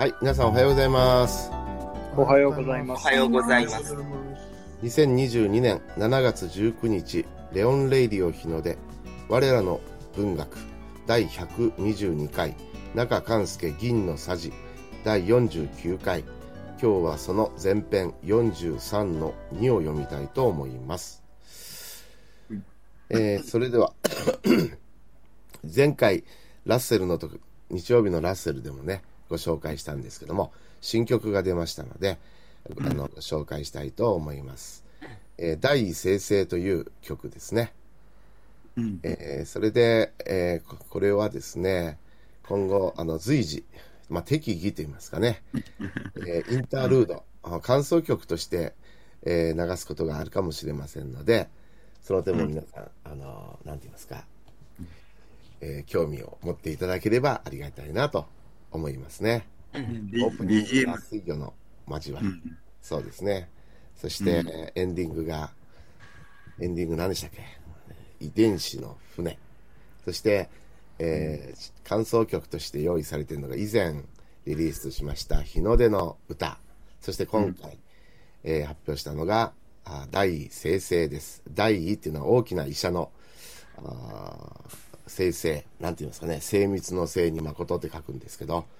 はい、皆さんおはようございます。 おはようございます。 おはようございます。 2022年7月19日、レオンレイディオ日の出、我らの文学第122回、中勘介銀のさじ第49回、今日はその前編43の2を読みたいと思います。それでは前回ラッセルの日曜日のラッセルでもねご紹介したんですけども、新曲が出ましたのでご紹介したいと思います。大異生成という曲ですね。それで、これはですね、今後随時、適宜といいますかね、インタールード、間奏曲として、流すことがあるかもしれませんので、その点も皆さん、なんて言いますか、興味を持っていただければありがたいなと思いますね。オープニングが水魚の交わり、そうですね。そして、エンディング何でしたっけ、遺伝子の船。そして、間奏曲として用意されているのが以前リリースしました日の出の歌。そして今回、発表したのが大異生成です。大異っていうのは大きな医者の生成、なんて言いますかね、精密の精に誠って書くんですけど、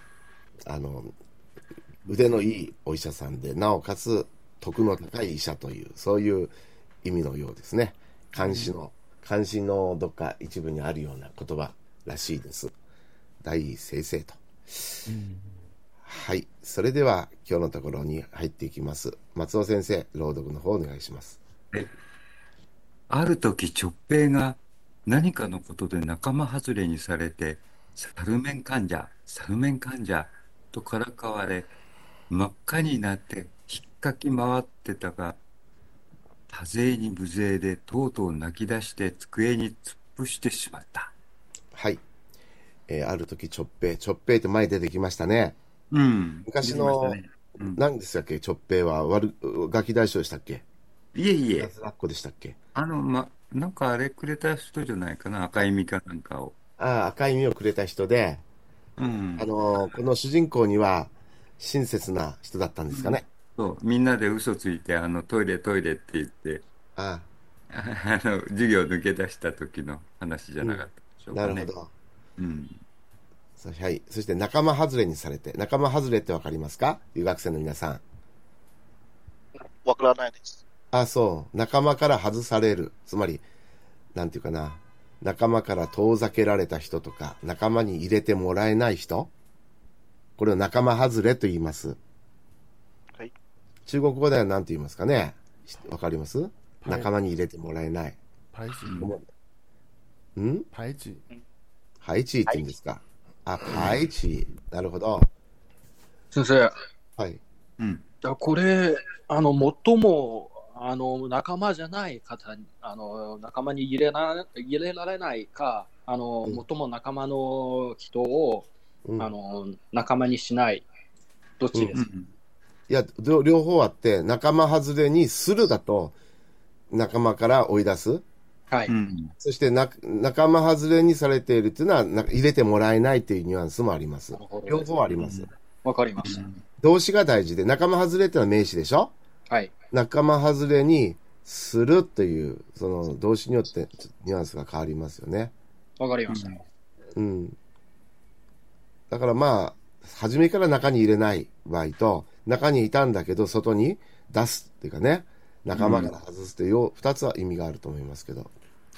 腕のいいお医者さんで、なおかつ徳の高い医者という、そういう意味のようですね。漢詩のどっか一部にあるような言葉らしいです。大異生成と。はい、それでは今日のところに入っていきます。松尾先生、朗読の方お願いします。 ある時、直平が何かのことで仲間外れにされて、サルメン患者とからかわれ、真っ赤になって引っかき回ってたが、多勢に無勢でとうとう泣き出して机に突っ伏してしまった。 はい、ある時直平って前出てきましたね。昔の、何でしたっけ、直平はガキ大将でしたっけ。 いえいえ。 やつらっこでしたっけ。 なんかあれくれた人じゃないかな、赤い実かなんかを。 赤い実をくれた人で、この主人公には親切な人だったんですかね。 そう、みんなで嘘ついて、トイレって言って、授業抜け出した時の話じゃなかったでしょうかね。 なるほど。はい。そして仲間外れにされて、仲間外れってわかりますか、留学生の皆さん。 わからないです。 そう。仲間から外される。つまり、なんていうかな。仲間から遠ざけられた人とか、仲間に入れてもらえない人。これを仲間外れと言います。 はい。 中国語では何て言いますかね。わかります？仲間に入れてもらえない。 排斥って言うんですか。排斥。なるほど。 先生。 はい。 これ、最も、仲間じゃない方に、仲間に入れられないか、最も仲間の人を、仲間にしない。どっちですか？ いや、両方あって、仲間外れにするだと、仲間から追い出す。 はい。 そして仲間外れにされているというのは入れてもらえないというニュアンスもあります。両方あります。 わかりました。 動詞が大事で、仲間外れっていうのは名詞でしょ。 はい。仲間外れにするという、その動詞によってニュアンスが変わりますよね。 わかりました。 だから初めから中に入れない場合と、中にいたんだけど外に出すっていうかね、仲間から外すという2つは意味があると思いますけど。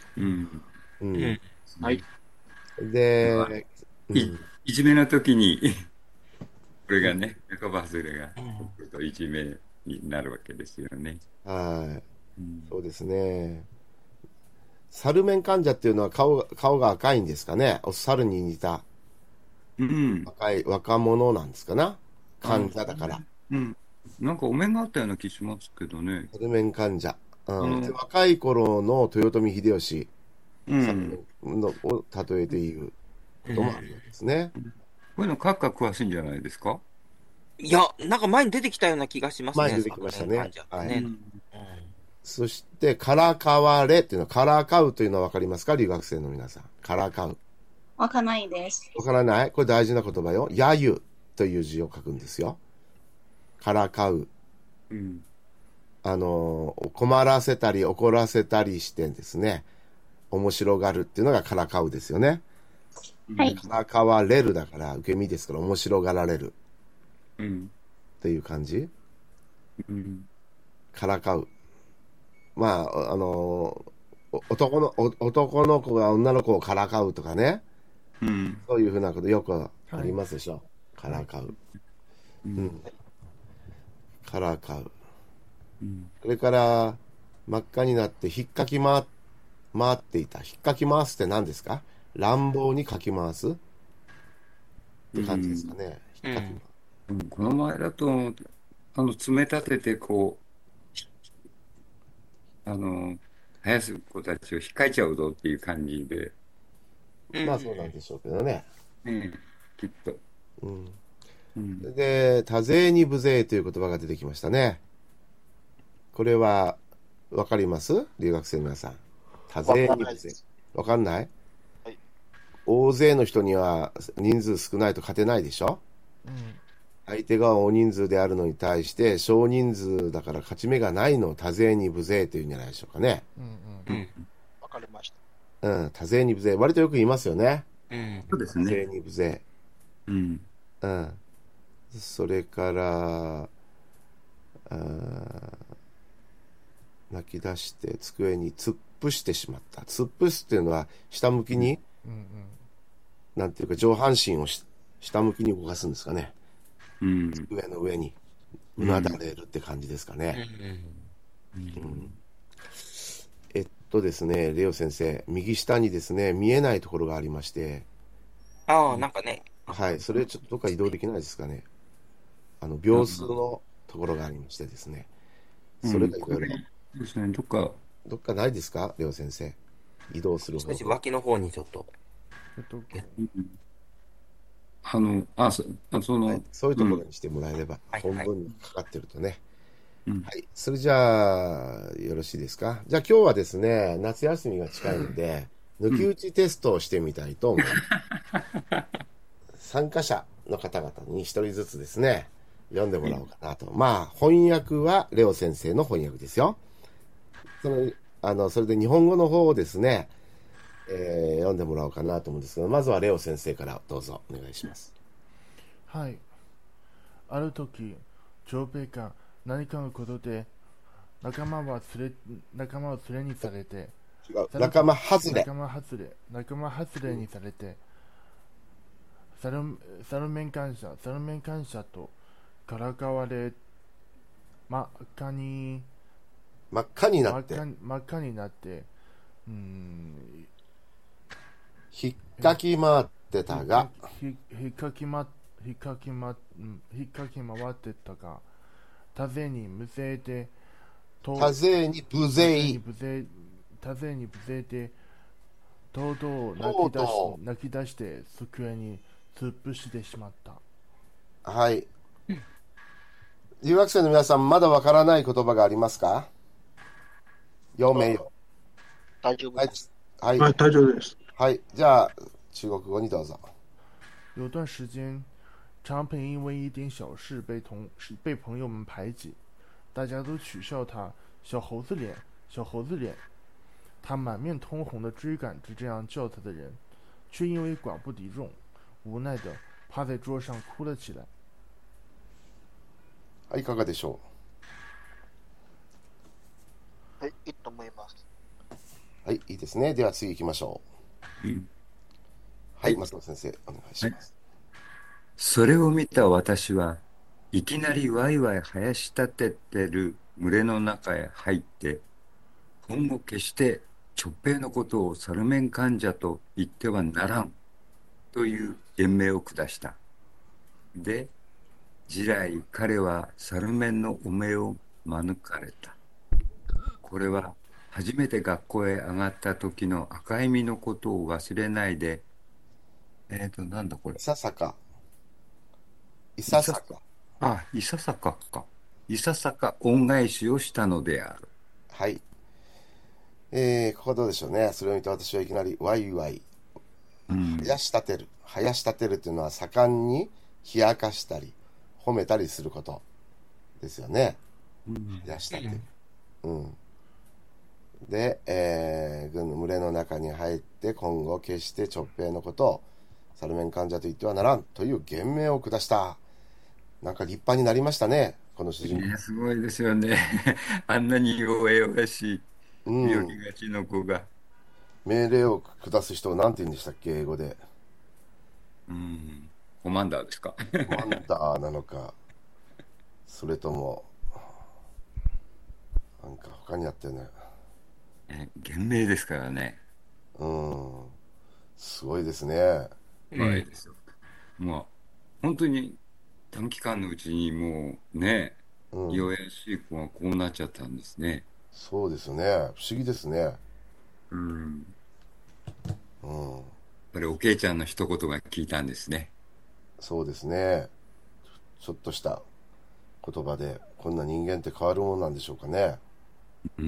はい。 で、 いじめの時にこれがね、仲間外れがいじめになるわけですよね。 そうですね。サルメン患者っていうのは顔が赤いんですかね。猿に似た若者なんですかな。患者だから。 なんかお面があったような気しますけどね。 サルメン患者。若い頃の豊臣秀吉を例えていることもあるようですね。 こういうの閣下詳しいんじゃないですか？ いや、なんか前に出てきたような気がしますね。 前に出てきましたね。そして、からかわれっていうのは、からかうというのは分かりますか、留学生の皆さん。からかう。 わからないです。 わからない？これ大事な言葉よ。揶揄という字を書くんですよ。からかう。 うん。 困らせたり怒らせたりしてですね、面白がるっていうのがからかうですよね。 はい。 からかわれるだから受け身ですから面白がられるうん。 っていう感じ。 うん。 からかう。まあ、男の子が女の子をからかうとかね、 うん。 そういうふうなことよくありますでしょ。からかう。 ううんん。からかう。 うん。 それから、真っ赤になって引っかき回っていた。引っかき回すって何ですか？乱暴にかき回すって感じですかね。引っかき回す。 この前だと、爪立てて、こう、生やす子たちを引っかいちゃうぞっていう感じで、 まあそうなんでしょうけどね。 きっと。 うん。 うん。 で、多勢に無勢という言葉が出てきましたね。これは、わかります？留学生の皆さん。多勢に無勢。わかんない？ はい。 大勢の人には人数少ないと勝てないでしょ？相手が大人数であるのに対して少人数だから勝ち目がないのを多勢に無勢というんじゃないでしょうかね。 わかりました。 うん、多勢に無勢。割とよく言いますよね。 そうです多勢ね。 に無勢。 うん。 うん。それから、泣き出して机に突っ伏してしまった。突っ伏すっていうのは下向きに、なんていうか上半身を下向きに動かすんですかね。 うん。 上の上にうなだれるって感じですかね。ですね、レオ先生、右下にですね、見えないところがありまして、 ああ、なんかね。 はい、それちょっとどっか移動できないですかね。秒数のところがありましてですね、それがいろいろ、 ですね、どっかないですか、レオ先生。移動する方少し法。 脇の方にちょっと。 はい、そういうところにしてもらえれば、 はい本文にかかってるとね。 うんはい、それじゃあ、よろしいですか。じゃあ今日はですね、夏休みが近いので、抜き打ちテストをしてみたいと思います。参加者の方々に一人ずつですね、読んでもらおうかなと。まあ、翻訳はレオ先生の翻訳ですよ。それで日本語の方をですね、読んでもらおうかなと思うんですけど、まずはレオ先生からどうぞお願いします。 はい。ある時、長兵衛が何かのことで仲間を連れにされて、 違う、仲間外れにされて、サルメン感謝とからかわれ、真っ赤になって、引っかき回ってたが、 引っかき回ってたが、多勢に無勢で、 多勢に無勢で、とうとう泣き出して机に突っ伏してしまった。 はい。留学生の皆さん、まだわからない言葉がありますか？読めよ。 大丈夫はいです。。 はい。 はい、大丈夫です。 はい。じゃあ、中国語にどうぞ。 有段时间，长平因为一点小事被朋友们排挤，大家都取笑他小猴子脸。他满面通红的追赶着这样叫他的人，却因为寡不敌众，无奈的趴在桌上哭了起来。 はい、いかがでしょはい、いいと思います。 う？はい、いいですね。では次行きましょう。はい、松本先生、お願いします。 それを見た私はいきなりワイワイ生やし立ててる群れの中へ入って、今後決して直平のことをサルメン患者と言ってはならんという言命を下した。で、地来彼はサルメンの汚名を免れた。これは初めて学校へ上がった時の赤い実のことを忘れないで、なんだこれ。 いささか。いささか。 あ、いささかか。いささか恩返しをしたのである。 はい。ここどうでしょうね。それを見て私はいきなりワイワイ。生やし立てる。生やし立てるっていうのは盛んに冷やかしたり、褒めたりすることですよね。 うん冷やしたって。うん。で、軍の群れの中に入って今後決して直平のことをサルメン患者と言ってはならんという言命を下した。なんか立派になりましたね、この主人公。 ね、すごいですよね。あんなに弱々しい、 う病気ん。 がちの子が。 命令を下す人を何て言うんでしたっけ、英語で。 うん。コマンダーですか。 コマンダーなのか、それとも、なんか他にあったよね。 厳命ですからね。 うん。すごいですね。 怖いですよ。もう、本当に短期間のうちにもうね、 うん。 弱々しい子がこうなっちゃったんですね。 そうですよね。不思議ですね。 うん。 うん。 これ、おけいちゃんの一言が聞いたんですね。 そうですね。ちょっとした言葉で、こんな人間って変わるもんなんでしょうかね。 うん。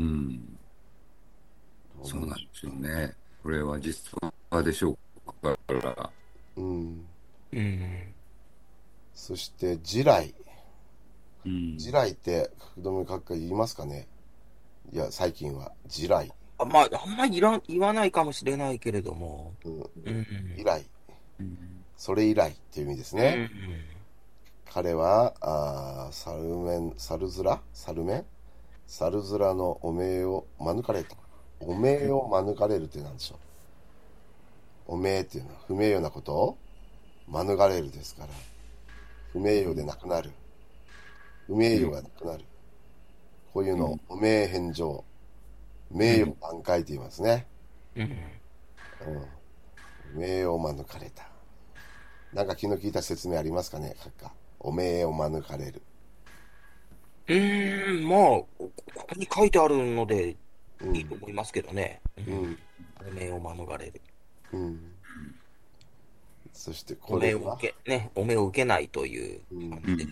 どうそうなんでなんでしょすよね。これは実話でしょうから。 う。うん。 うん。 そして、地雷。 うん地雷って、福留閣下言いますかね。いや、最近は、地雷。 まあ、あんまり言わないかもしれないけれども。 うん。 うん。 以来。 うんそれ以来っていう意味ですうね。 ん。 彼は、サルメン、サルズラサルメンサルズラの汚名を免れた。汚名を免れるって何でしょう。汚名っていうのは不名誉なことを免れるですから。不名誉でなくなる。不名誉がなくなる。こういうのを汚名返上。名誉挽回って言いますね。 うん。 うん。名誉を免れた。なんか気の利いた説明ありますかね、閣下。汚名を免れる。 まあ、ここに書いてあるのでうんいいと思いますけどね。 うん。 汚名を免れる。 うん。そして汚これは、 名を受け、ね、汚名を受けないといううん感じで。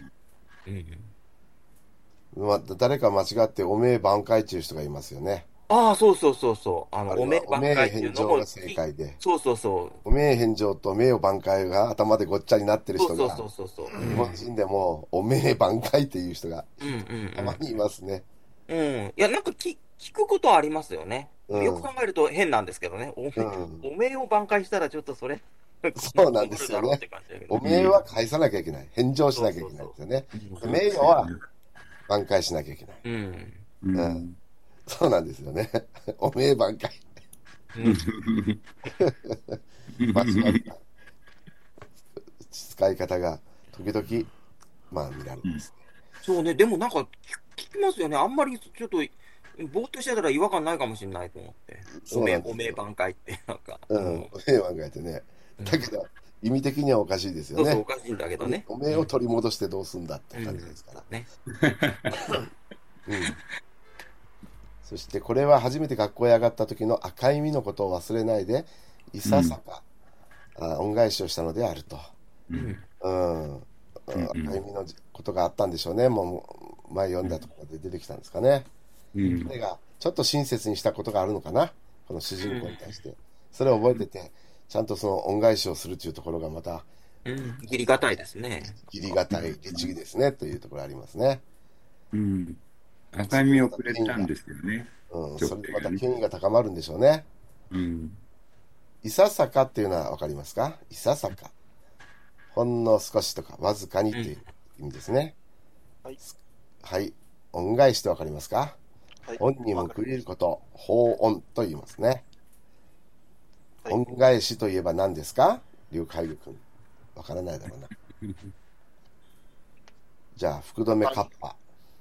うん。 誰か間違って汚名挽回っていう人がいますよね。 ああ、そうそうそうそう。 あれ汚名は汚名挽回っていう返のも、 上が正解で、 そうそうそう。 汚名返上と名誉挽回が頭でごっちゃになってる人が、 そうそうそうそうそう。 日本人でも汚名挽回っていう人がうんうんたまにいますね。 うん。うん。いや、なんか聞くことはありますよね。 うんよく考えると変なんですけどね。 うん汚名を挽回したらちょっとそれ、 そうなんですよね困るだろうって感じだけど汚名は返さなきゃいけない。返上しなきゃいけないですよね。で名誉は挽回しなきゃいけない。 うん。 うんそうなんですよね。汚名挽回。間違った使い方が時々、まあ見られますね。 そうね、でもなんか聞きますよね。あんまりちょっと、ぼーっとしてたら違和感ないかもしれないと思って。 そうなんですよおめえ挽回って、なんか。 うん、汚名挽回ってね。だけど、意味的にはおかしいですよそうそう、おね。 かしいんだけどね。 汚名を取り戻してどうすんだって感じですから。 ね。 うん。そしてこれは初めて学校へ上がった時の赤い実のことを忘れないで、いささか、恩返しをしたのであると。赤い実のことがあったんでしょうね。もう前読んだところで出てきたんですかね。それがちょっと親切にしたことがあるのかな。この主人公に対して。それを覚えてて、ちゃんとその恩返しをするというところがまた、 義理がたいですね。 義理がたい律儀ですね、というところありますね。 うん赤みをくれたんですよね。 それでまた権威が高まるんでしょうね。 うんいささかっていうのはわかりますか？いささか。ほんの少しとか、わずかにっていう意味ですね。 はい。 はい。恩返しってわかりますか？ はい。 恩に報いること、報恩と言いますね。 はい恩返しといえば何ですか？劉海軍君。わからないだろうな。じゃあ、福留カッパ。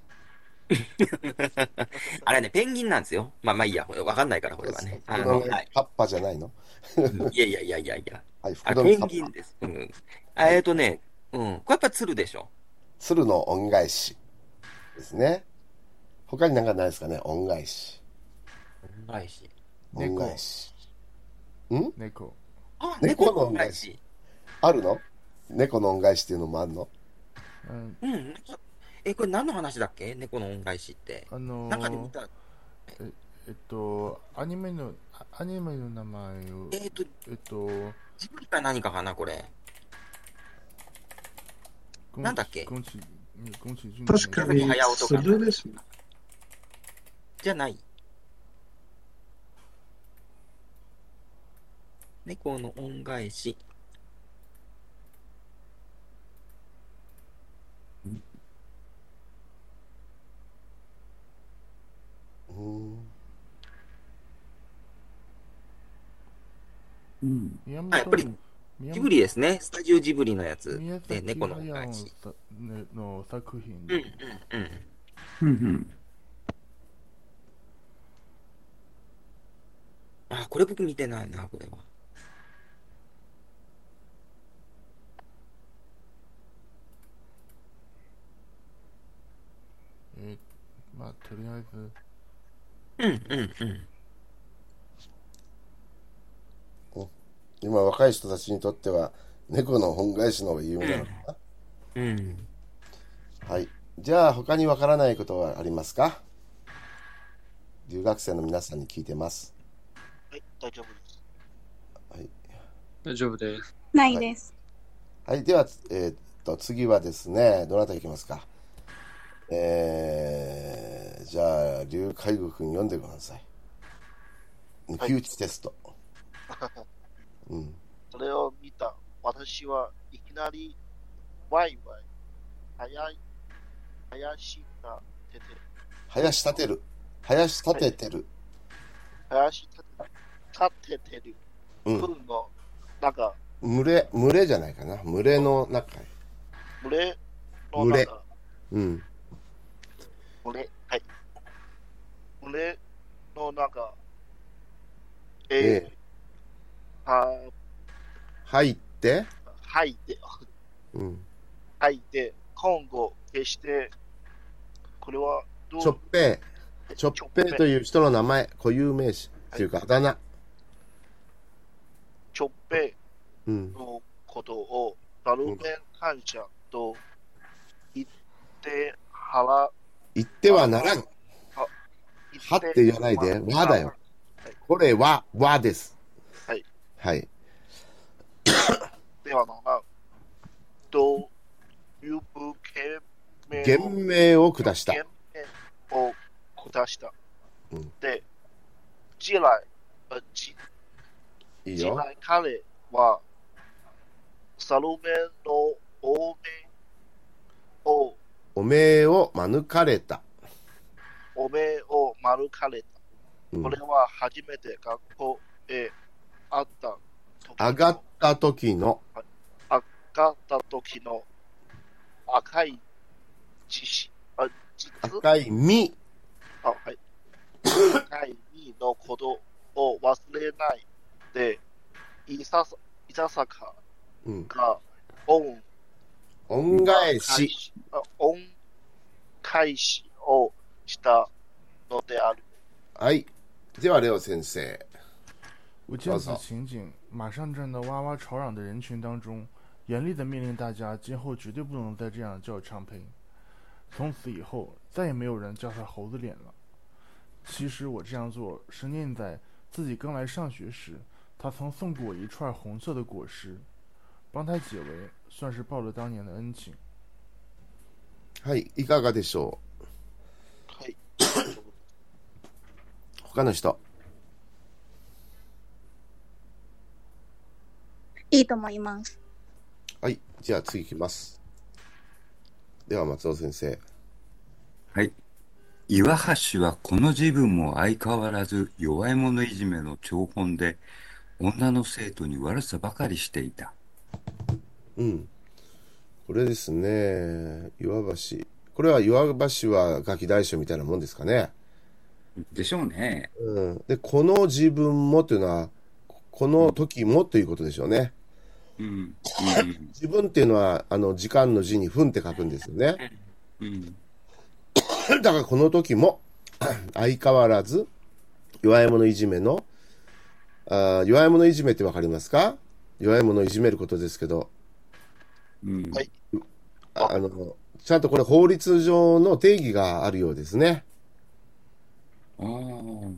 あれね、ペンギンなんですよ。まあいいや、わかんないから、これはね。 福留カッパじゃないの？ いやいやいやいやいや。 はい、福ペ留カッパ。 ンギンです。これやっぱ鶴でしょ。 鶴の恩返しですね。他に何かないですかね？恩返し。 恩返し。 恩返し。 猫。 あ、 猫の猫の恩恩返し返し。 あるの？猫の恩返しっていうのもあるの？ うんこれ何の話だっけ？猫の恩返しって。なんかで見た。 アニメの名前を、 ジブリか何かかな、これ。 なんだっけ宫崎骏確かに、それですね。 じゃない。猫の恩返し。 宮あ、やっぱり本宮ジブリですね。スタジオジブリのやつ宮で、 崎猫の恩駿返し。 の作品うんで、 うんうん。 うんあ、これ僕見てないな、これは。 まあとりあえずうんうんうん。 今若い人たちにとっては猫の恩返しの方が有名なのかな。 うん。 はい。じゃあ他にわからないことはありますか？留学生の皆さんに聞いてます。 はい、大丈夫です。 はい。 大丈夫です。 ないです。 はい。では、次はですね、どなたいきますか？じゃあ、劉海軍君読んでください。抜き打ちテスト。うん。 それを見た私はいきなりワイワイ、林立てる。 林立ててる。うん。 分の中、 群れじゃないかな。群れの中。 群れの群れ中、 うん。 はい。群れの中、 え入って、 入って、 うん。 今後、決して、これはどうちょっぺいという人の名前、固有名詞というか、あだ名。 ちょっぺうん。 のことを、ダルメン感謝と言って言ってはならん。 はって言わないで。わだよ。これは、わです。 はい。 はい。 ではなら、という言命を下した。 言命を下した。 うんで、 いいよ。 彼は、サルメのおめえを免れた。 おめえを免れた。 うんこれは初めて学校へ上がった時の赤い実赤い実。 はい。赤い実のことを忘れないで、いささかうん。 が恩返し。 恩返しをしたのである。 はい。では、レオ先生。 我见此情景，马上站到哇哇吵嚷的人群当中，严厉地命令大家今后绝对不能再这样叫昌平。从此以后，再也没有人叫他猴子脸了。其实我这样做是念在自己刚来上学时，他曾送过我一串红色的果实，帮他解围，算是报了当年的恩情。 はい。いかがでしょはい。 う？他の人。 いいと思います。 はい。じゃあ次いきます。では、松尾先生。 はい。岩橋はこの自分も相変わらず弱い者いじめの張本で、女の生徒に悪さばかりしていた。 うん。これですね。岩橋。これは岩橋はガキ大将みたいなもんですかね。 でしょうね。 うん。で、この自分もというのは、この時もということでしょうね。 うん。 自分っていうのは、時間の字に分って書くんですよね。 うん。 だからこの時も、相変わらず、弱い者いじめの、弱い者いじめってわかりますか？弱い者をいじめることですけど、 うん。 はい。 ちゃんとこれ法律上の定義があるようですね。 ああ。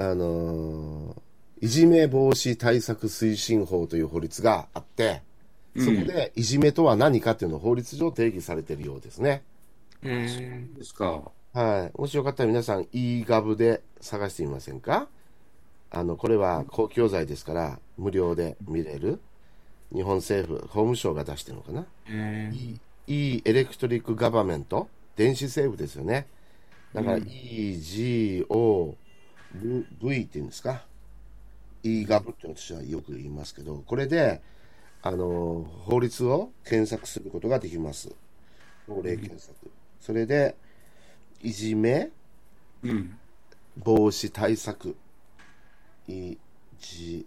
いじめ防止対策推進法という法律があって、 そこでいじめとは何かっていうのを法律上定義されているようですね。 ですか。 はい。もしよかったら皆さん eGov で探してみませんか？これは公共財ですから無料で見れる。日本政府、法務省が出してるのかな。e エレクトリックガバメント、電子政府ですよね。だから eGov って言うんですか。eGov って私はよく言いますけど、これで法律を検索することができます。法令検索。それでいじめ防止対策、いじ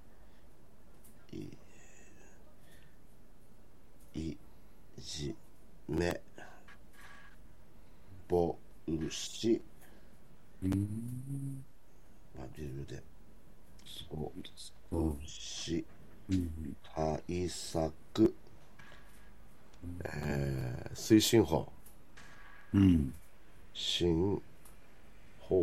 め防止ビルで防止対策、推進法、新法、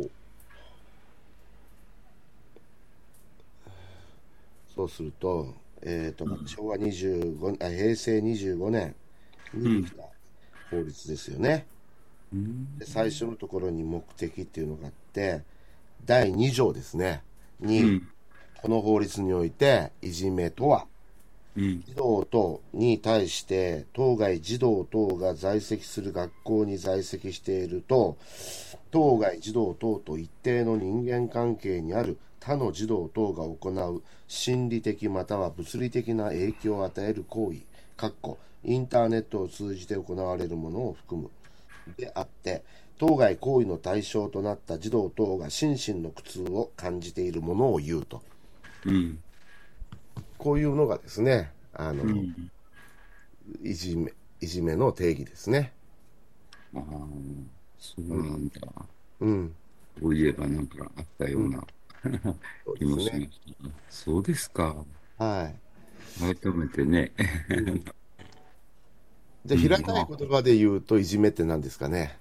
そうすると、昭和25年、平成25年にできた法律ですよね。で最初のところに目的っていうのがあって、第2条ですね。に、この法律において、いじめとは、児童等に対して当該児童等が在籍する学校に在籍していると、当該児童等と一定の人間関係にある他の児童等が行う心理的または物理的な影響を与える行為、インターネットを通じて行われるものを含むであって、当該行為の対象となった児童等が心身の苦痛を感じているものを言うと。こういうのがですね、いじめの定義ですね。 そうなんだ。 そういえばなんかあったような気もしました。そうですか。 はい。 改めてね。 じゃあ平たい言葉で言うといじめって何ですかね。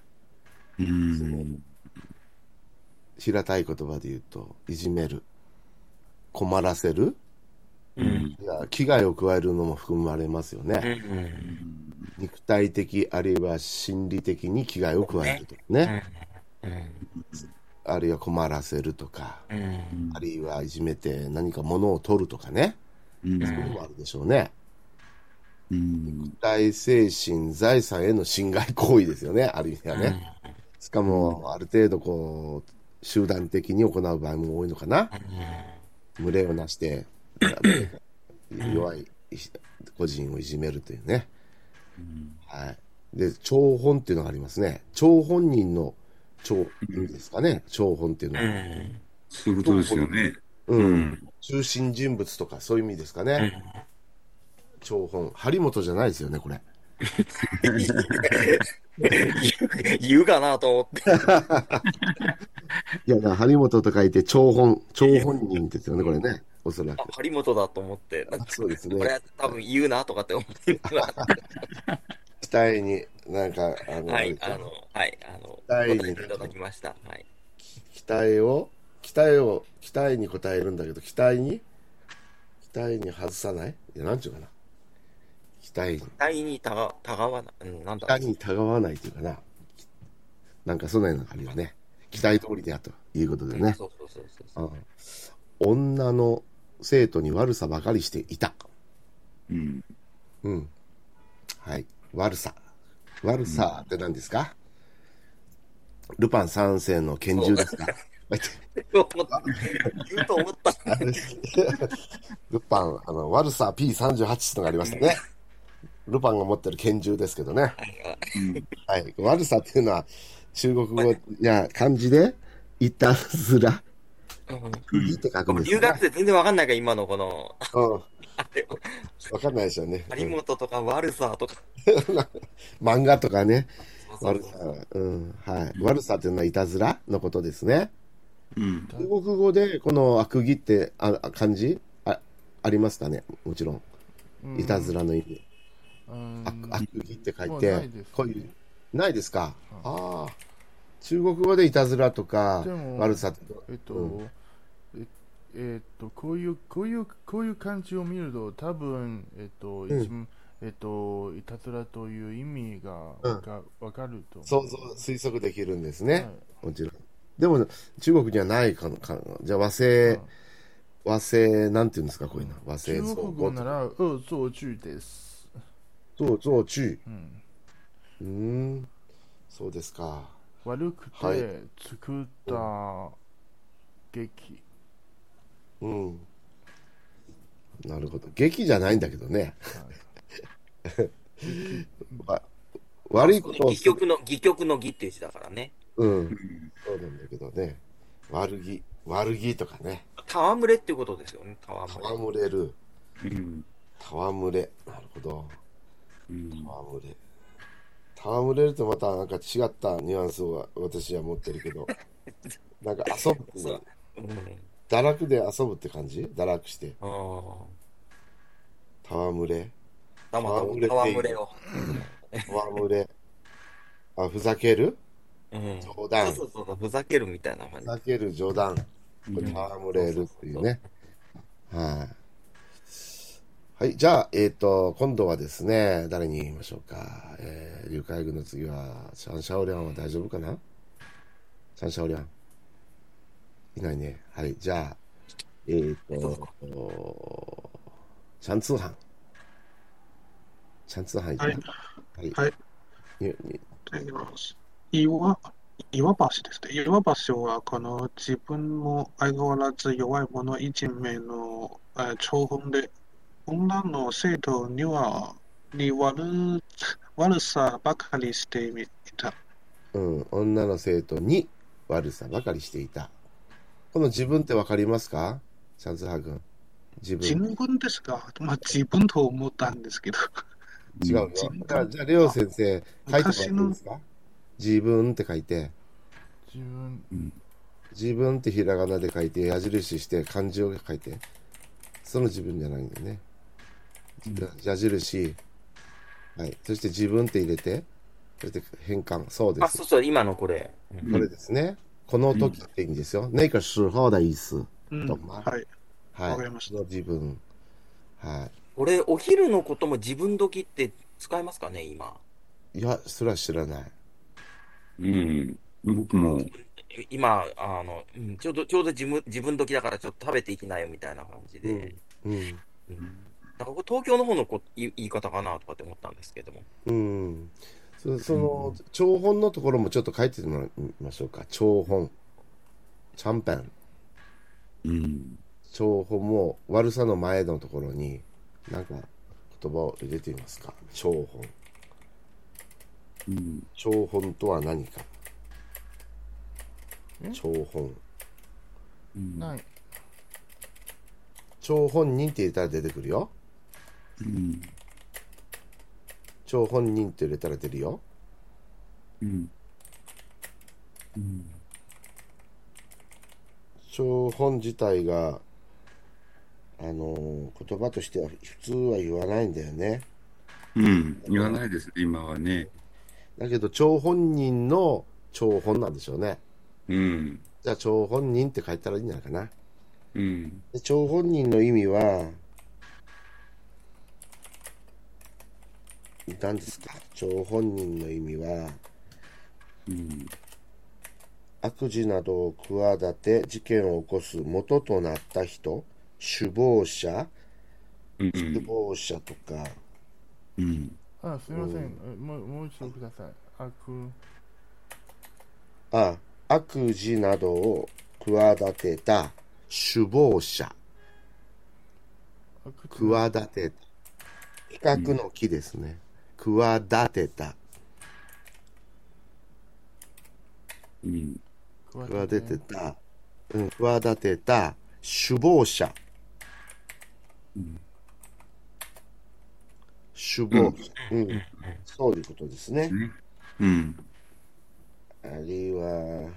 平たい言葉で言うといじめる、困らせる、いや危害を加えるのも含まれますよね。肉体的あるいは心理的に危害を加えるとかね、あるいは困らせるとか、あるいはいじめて何か物を取るとかね、そういうのもあるでしょうね。肉体、精神、財産への侵害行為ですよね、ある意味はね。しかもある程度こう集団的に行う場合も多いのかな。群れをなして弱い個人をいじめるというね。はい。で、張本っていうのがありますね。張本人の張ですかね。張本っていうのは。 そういうことですよね。 中心人物とかそういう意味ですかね。張本。張本じゃないですよね、これ。 言うかなと思って。 いや、張本と書いて張本人ですよね、これね。おそらく。 張本だと思って。 そうですね。 これ多分言うなとかって思ってるから。 期待に、なんか、 はい、期待にいただきました。はい。 期待に応えるんだけど、期待に外さない？いや、なんちゅうかな。期待にたがわない。なんだ。 期待にたがわないというかな。なんかそんなような感じがね。期待通りであということでね。 そう。 女の生徒に悪さばかりしていた。はい。悪さって何ですか？ルパン三世の拳銃ですか？ 言うと思った。 ルパン、悪さ P38 ってのがありましたね。ルパンが持ってる拳銃ですけどね。はい。悪さっていうのは、中国語や漢字で、いたずら。釘って書くんです留学生全然わかんないから、今のこの。 わかんないでしょうね。 張本とか悪さとか。 漫画とかね。悪さ。はい。悪さっていうのはいたずらのことですね。中国語でこの悪義って漢字ありますかね。もちろん。いたずらの意味。悪義って書いて、こういう、ないですか。ああ。中国語でいたずらとか悪さってこういう漢字を見ると、多分、いたずらという意味がわかると思う。 推測できるんですね。 はいもちろん。でも、中国にはないじゃあ和製、なんていうんですか、こういうの。和製中造国語なら、恶作劇です。 造句。 うん。 そうですか。 悪くて作った劇。 なるほど。劇じゃないんだけどね。悪いことを戯曲の義っていう字だからね。 そうなんだけどね。悪気とかね。 戯れっていうことですよね。 戯れる。戯れ。なるほど。戯れるとまたなんか違ったニュアンスを私は持ってるけど、なんか遊ぶっていう、堕落で遊ぶって感じ？堕落して。戯れ。 戯れを。 戯れ。ふざける？冗談。 そう、ふざけるみたいな感じ。 ふざける冗談。戯れるっていうね。はい。じゃあ、今度はですね、誰に言いましょうか。劉海軍の次は、シャンシャオリャンは大丈夫かな？シャンシャオリャン。いないね。はい。じゃあ、シャンツーハン。シャンツーハンいきます。 はい。いただきます。岩橋ですね。岩橋は、自分も相変わらず弱い者いじめの長文で、女の生徒に悪さばかりしていた。 女の生徒に悪さばかりしていた。この自分ってわかりますか？シャンツーハン君。自分ですが、自分と思ったんですけど。 違うよ。じゃあ、レオ先生、書いてもらっていいですか？自分って書いて。自分ってひらがなで書いて、矢印して漢字を書いて。その自分じゃないんだよね。矢印。はい。そして自分って入れて、そして変換。そうです。 そう、今のこれ。 これですね。この時って意味ですよ。那个时候的意思。 はい。わかりました。 自分。はい。 これ、お昼のことも自分時って使えますかね、今。 いや、それは知らない。 僕も。 今、ちょうど自分時だからちょっと食べていきなよみたいな感じで。だから東京の方の言い方かなとかって思ったんですけども。 その、長本のところもちょっと書いてもらいましょうか。長本。チャンペン。長本も悪さの前のところに、なんか言葉を入れてみますか。長本。長本とは何か。長本。 ない。 張本人って入れたら出てくるよ。張本人って入れたら出るよ。張本自体が言葉としては普通は言わないんだよね。 言わないです、今はね。 だけど張本人の張本なんでしょうね。じゃあ張本人って書いたらいいんじゃないかな。で張本人の意味は何ですか？張本人の意味は、悪事などを企て事件を起こす元となった人、首謀者、とか。 すみません。もう一度ください。 悪事などを企てた首謀者。企てた。企画の木ですね。企てた。企てた。企てた首謀者。首謀者。そういうことですね。あるいは、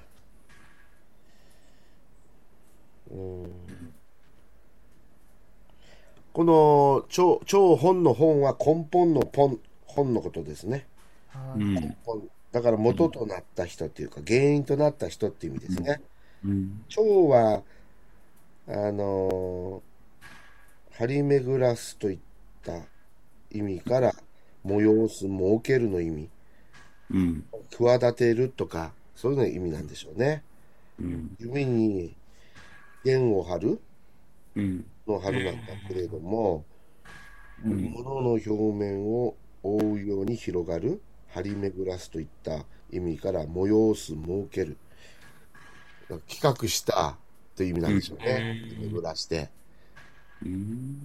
この張本の本は根本の本のことですね。根本だから元となった人っていうか、原因となった人っていう意味ですね。張はあの張り巡らすといった意味から催す、設けるの意味、 うん。 企てるとかそういうの意味なんでしょうね。 うん。 弓に弦を張るうん。 の張るなんだけれども、 うん。 物の表面を覆うように広がる、張り巡らすといった意味から催す、設ける、企画したという意味なんでしょうね。巡らして、 うん。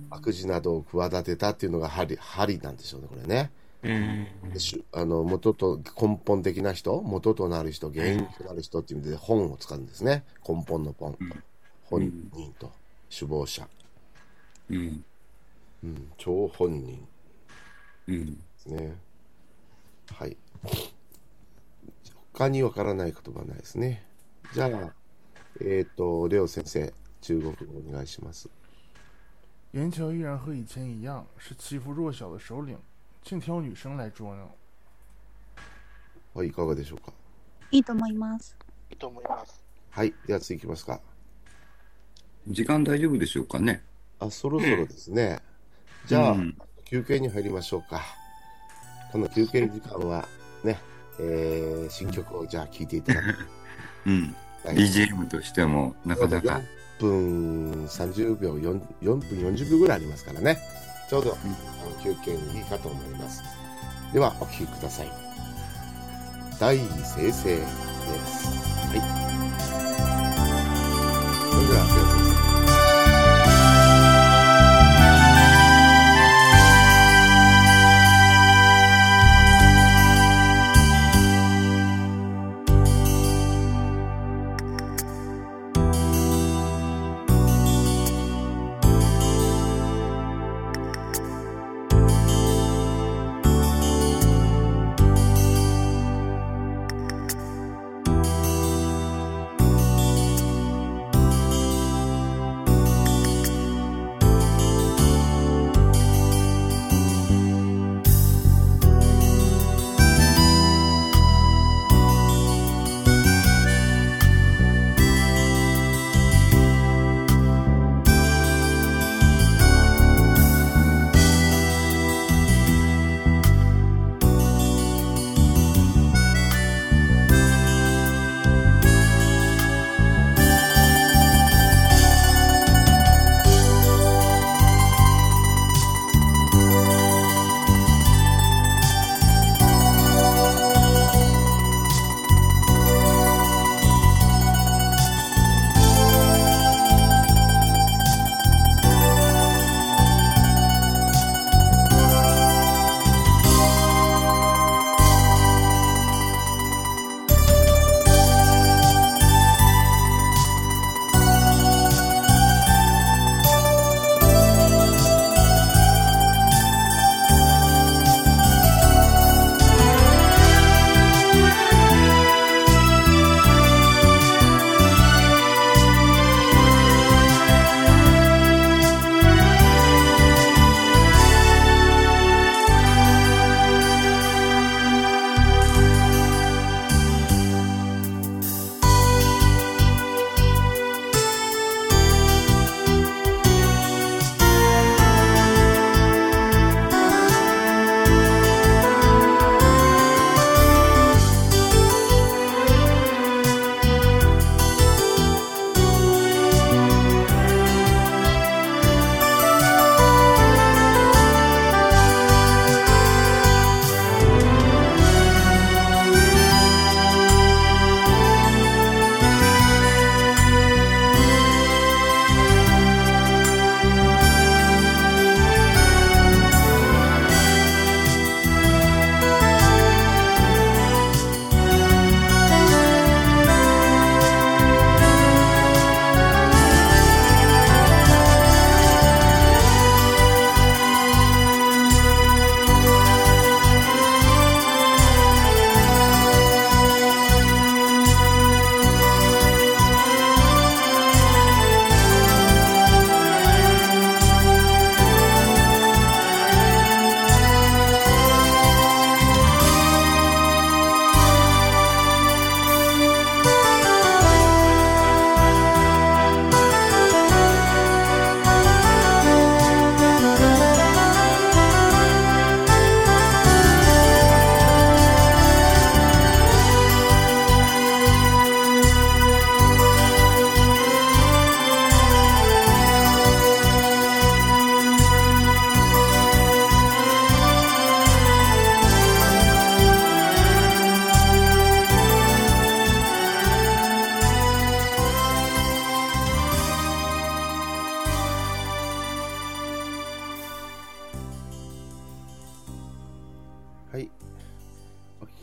悪事などを企てたっていうのが針なんでしょうね、これね。で元と根本的な人、元となる人、原因となる人っていう意味で本を使うんですね。根本の本、本人と首謀者、 うん。 張本人うん。 ですね。はい。他にわからない言葉ないですね。じゃあ、レオ先生、中国語お願いします。 岩桥依然和以前一样，是欺负弱小的首领，竟挑女生来捉弄。 はい、いかがでしょうか。 いいと思います。 いいと思います。 はい、では次いきますか。 時間大丈夫でしょうかね。 そろそろですね。じゃあ、休憩に入りましょうか。この休憩時間はね、新曲をじゃあ聴いていただく。 BGM としてもなかなか。 4分30秒、4分40秒ぐらいありますからね。ちょうど、休憩にいいかと思います。では、お聴きください。大生成です。はい。それでは、レオ先生。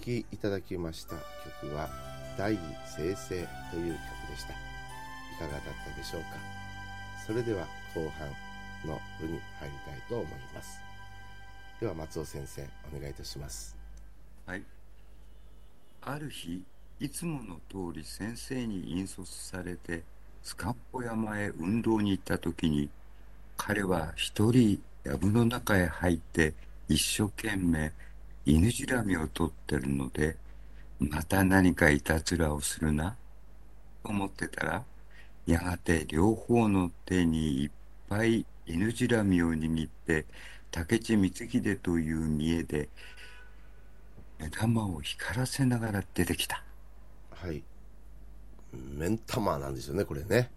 きいただきました曲は大義生成という曲でした。いかがだったでしょうか。それでは後半の部に入りたいと思います。では松尾先生お願いいたします。 はい。ある日、いつもの通り先生に引率されてスカンポ山へ運動に行った時に、彼は一人藪の中へ入って一生懸命犬睨みを取ってるので、また何かいたずらをするなと思ってたら、やがて両方の手にいっぱい犬睨みを握って武智光秀という見栄で目玉を光らせながら出てきた。 はい。目ん玉なんですよねこれね。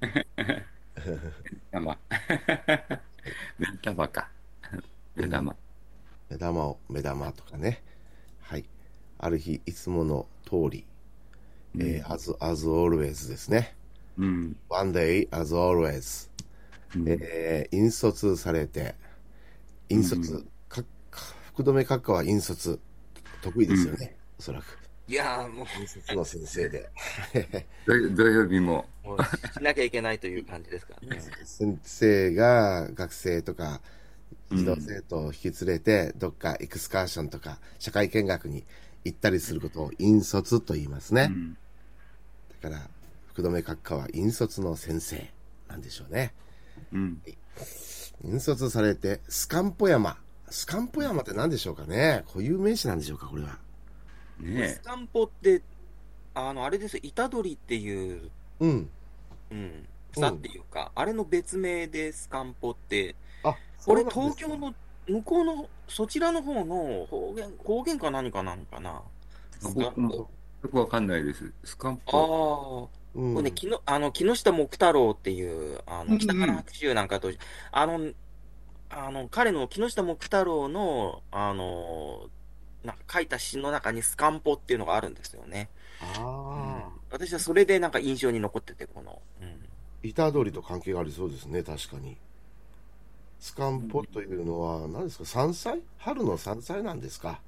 玉目玉か。目玉。 目玉とかね。はい。ある日いつもの通り、as always ですね。One day as always、引率されて、引率、福留閣下は引率得意ですよね、おそらく。 いやーもう引率の先生で土曜日もしなきゃいけないという感じですからね。 先生が学生とか児童生徒を引き連れて、どっかエクスカーションとか社会見学に行ったりすることを引率と言いますね。だから福留閣下は引率の先生なんでしょうね。引率されてスカンポ山って何でしょうかね。固有名詞なんでしょうかこれは。 ね。 スカンポってあれですよ、虎杖っていう草っていうか、あれの別名でスカンポって、これ東京の向こうのそちらの方の方言か何かなんかな。 僕もよくわかんないです。スカンポ。 これね、木下木太郎っていう、北から白秋なんかと、彼の木下木太郎の、なんか書いた詩の中にスカンポっていうのがあるんですよね。私はそれでなんか印象に残ってて、 虎杖と関係がありそうですね、確かに。スカンポというのは何ですか、山菜？春の山菜なんですか。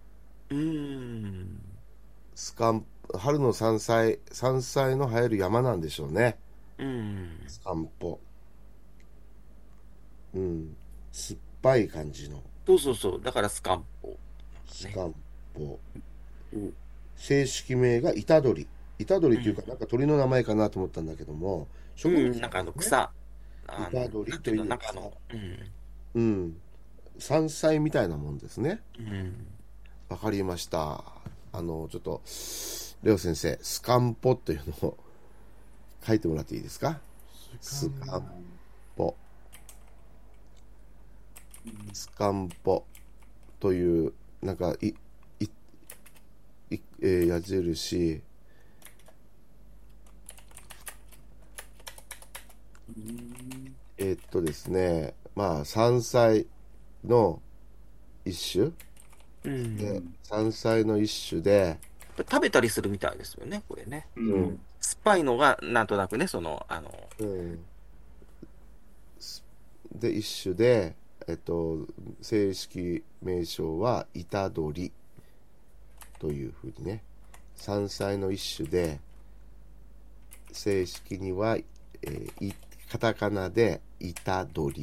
春の山菜の生える山なんでしょうね。スカンポ。酸っぱい感じの。 そう。だからスカンポ。 スカンポ。正式名が虎杖。虎杖っていうか、なんか鳥の名前かなと思ったんだけども、 植物なんか草。 虎杖という中の、 山菜みたいなもんですね。わかりました。ちょっとレオ先生、スカンポというのを書いてもらっていいですか。スカンポというなんか矢印、ですね、まあ山菜の一種で、山菜の一種で食べたりするみたいですよね、これね。酸っぱいのがなんとなくね、 で一種で、正式名称は虎杖というふうにね、山菜の一種で、正式には、カタカナで虎杖、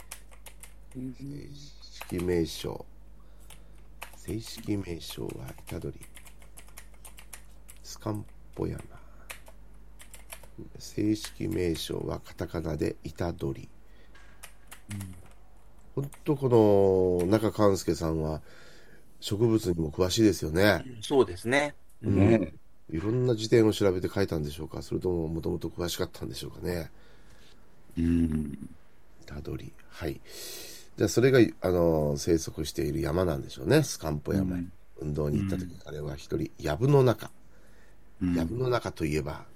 正式名称は虎杖、スカンポ山、正式名称はカタカナで虎杖。ほんとこの中勘介さんは植物にも詳しいですよね。 そうですね。 いろんな辞典を調べて書いたんでしょうか、それとももともと詳しかったんでしょうかね。虎杖。はい。じゃあそれが生息している山なんでしょうね、スカンポ山。運動に行った時、彼は一人藪の中。藪の中といえば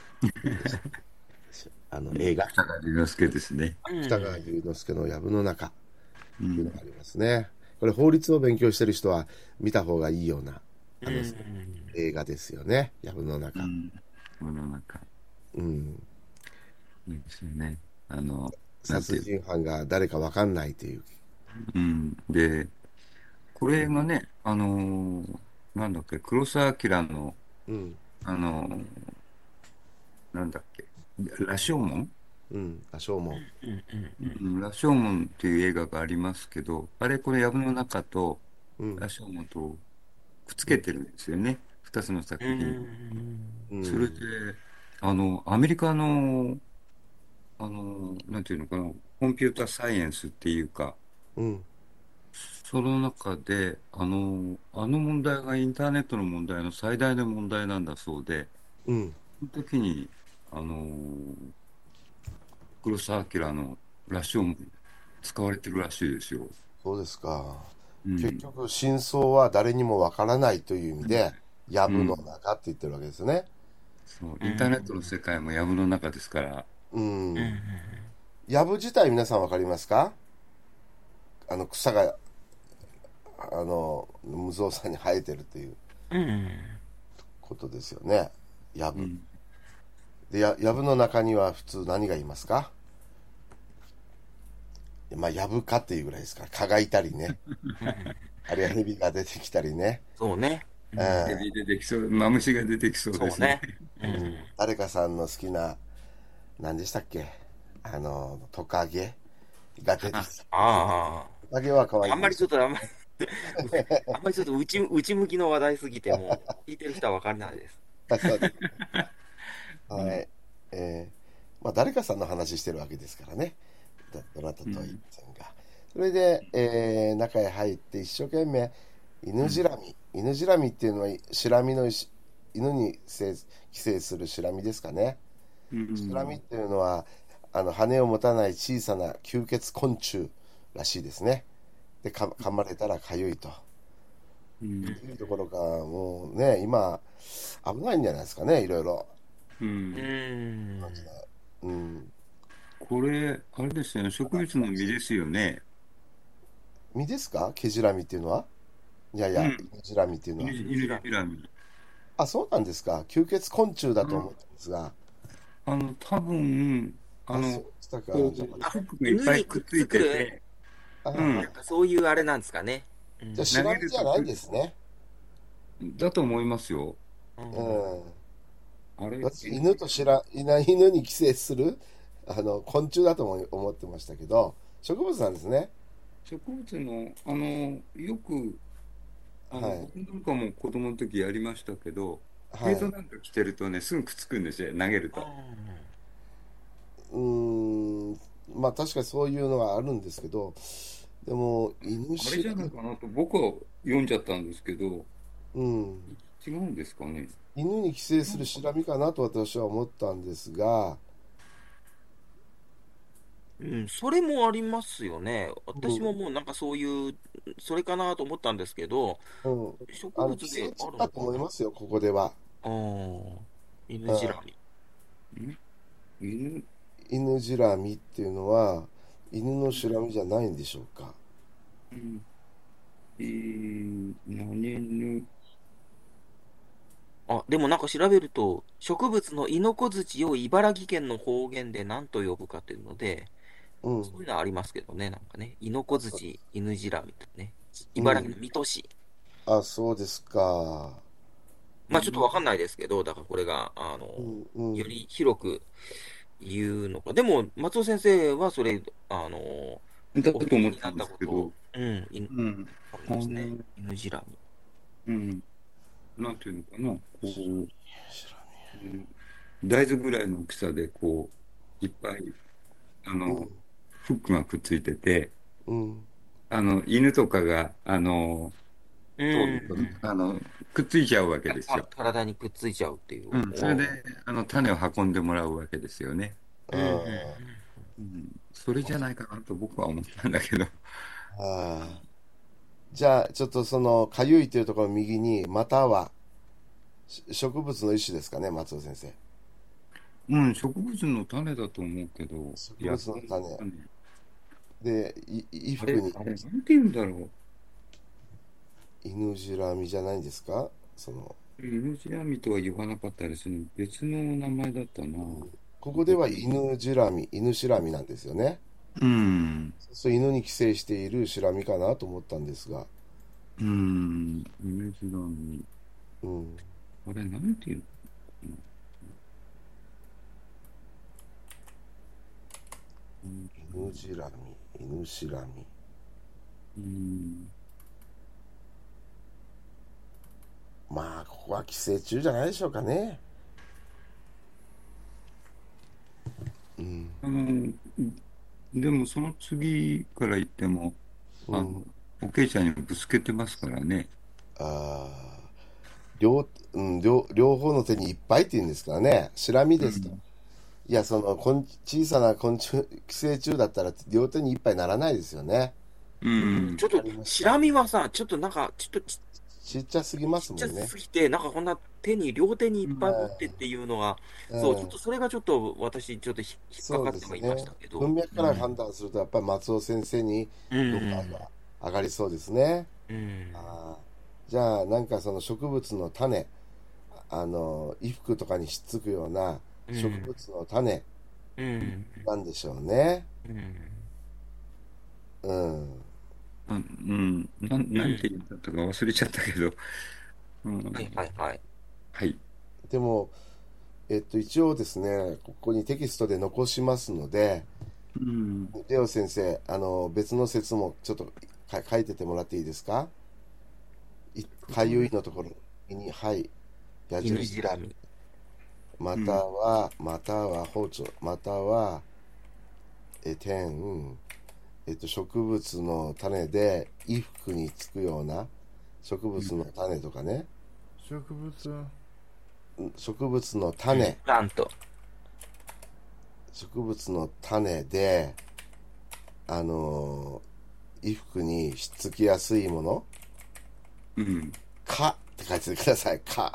映画北川龍之介ですね。 北川龍之介の藪の中というのがありますね。これ法律を勉強してる人は見た方がいいような映画ですよね、藪の中。 藪の中。いいですよね。 殺人犯が誰か分かんないという。 で、これがね、 なんだっけ、黒澤明の、 うん。 なんだっけ、羅生門。 うん。羅生門。 羅生門っていう映画がありますけど、あれこれ藪の中とうん。 羅生門とくっつけてるんですよね。二つの作品。それで、アメリカの、なんていうのかな、コンピュータサイエンスっていうか、 うん。 その中で、あの問題がインターネットの問題の最大の問題なんだそうで、 うん。 その時に、黒澤明の羅生門使われてるらしいですよ。 そうですか。 うん。 結局、真相は誰にもわからないという意味で、藪のうん。 中って言ってるわけですね。 そう、インターネットの世界も藪の中ですから、 うん。藪自体皆さんわかりますか？草が、無造作に生えてるということですよね。藪。 うん。 で、藪の中には普通何がいますか？まあ、藪かっていうぐらいですから、蚊がいたりね。あるいは蛇が出てきたりね。 そうね。 うん。 蛇出てきそう、マムシが出てきそうですね。 そうね。 うん。誰かさんの好きな、何でしたっけ？トカゲが出てきた。 あトカゲは可あ、あんま愛いでしょ。 りちょっと、あんまりちょっと内向きの話題すぎて、もう、聞いてる人は分からないです。 そうです。 うん。 はい。まあ、誰かさんの話してるわけですからね。どなたとは言いまうん。 せんが。それで、中へ入って一生懸命、 うん。 犬じらみっていうのは、シラミの犬に寄生するシラミですかね。 うシラミっん。 ていうのは、羽を持たない小さな吸血昆虫らしいですね。で、噛まれたらかゆいと。 うん。 いうところが、もうね、今、危ないんじゃないですかね、いろいろ。 ううん。 この時ん。 代。うん。 これ、あれですよね、植物の実ですよね。 実ですか？ケジラミっていうのは。いやいや、 うん。 イヌジラミっていうのは。 ジラミ。 犬ジラミ。 あ、そうなんですか。吸血昆虫だあの、 と思ったんですが。 多分、 あ、そうでしたか。じゃこう、 あ、 フックがいっ犬にくっぱいくっついつく、 てて、 あ、 うん、 なんかそういうあれなんですかね。うじゃあ、 ん。 シ投げラミじゃないんるとですね。 だと思いますよ。 ううん。 ん。 あれ、 私、犬に寄生する、昆虫だと思ってましたけど、植物なんですね。 植物の、よく、 はい。 僕なんかも子供の時やりましたけど、フィールドはい。 なんか来てるとね、すぐくっつくんですよ、投げるうと。 ん。 うーん。まあ、確かにそういうのがあるんですけど、でも、犬あれじゃない知らず、 かなと僕は読んじゃったんですけど、 うん。 違うんですかね。 犬に寄生する違うのかな。 シラミかなと私は思ったんですが、 うん、それもありますよね。私もうん。 もうなんかそういう、それかなと思ったんですけど、 うん。 植物寄生であ虫だとるのかな。 思いますよ、ここでは。 ああ、犬うん。 じらみ。 ん犬、 犬ジラミっていうのは、犬のシラミじゃないんでしょうか。 うん、何犬、 あ、でもなんか調べると、植物のイノコズチを茨城県の方言で何と呼ぶかというので、 うん。 そういうのはありますけどね、なんかね、イノコあ、 ズチ、犬じらみとね、 うん。 茨城の水戸市。 あ、そうですか。 まあちょっとわかんないですけど、だからこれが、 うん、うん。 より広く言うのか。でも、松尾先生はそれ、 だお聞と思ったんきになっですけど、 たこと、うん、 うん。 あるんあですね。 の、 犬じらみ。 うん、なんていうのかな、うん、大豆ぐらいの大きさで、いっぱい、あの、 うん、 フックがくっついてて、 うん。 犬とかが、 う通ると、 ん。 くっついちゃうわけですよ。 体にくっついちゃうっていう。 うん。それで、種を運んでもらうわけですよね。 ううん、うん、 ん。 うん。それじゃないかなと僕は思ったんだけど。 ああ。じゃあ、ちょっとその、かゆいというところの右に、または、植物の一種ですかね、松尾先生。 うん、植物の種だと思うけど、 植物野草のの種。 種。 で、衣服に、 なんて言うんだろ犬じらみじゃないんですか？その、 う。イヌジラミとは言わなかったですね。別の名前だったな。 ここでは犬シラミなんですよね。 うん。 そう、犬に寄生しているシラミかなと思ったんですが。 梅ジラミ。あれ、なんていうの？ 犬ジラミ、犬シラミ。まあ、ここは寄生虫じゃないでしょうかね。 でもその次から言っても、おけいちゃんにぶつけてますからね。 両方の手にいっぱいって言うんですからね。シラミですと。いや、その小さな昆虫、寄生虫だったら両手にいっぱいならないですよね。 ちょっと、シラミはさ、ちょっとなんか、ちちっちゃすぎますもんね。 ちっちゃすぎて、なんかこんな両手にいっぱい持ってっていうのが、そう、ちょっとそれがちょっと私、ちょっと引っかかってはいましたけど。 文脈から判断すると、やっぱり松尾先生に度が上がりそうですね。じゃあ、なんかその植物の種、衣服とかにひっつくような植物の種なんでしょうね。 なんて言ったか忘れちゃったけど。 はい。 でも、一応ですね、ここにテキストで残しますので、レオ先生、別の説もちょっと書いててもらっていいですか？かゆいのところに、はい、 矢印。 または包丁、または、植物の種で衣服につくような植物の種とかね。植物の種。植物の種で、衣服にひっつきやすいもの。かって書いてください。か。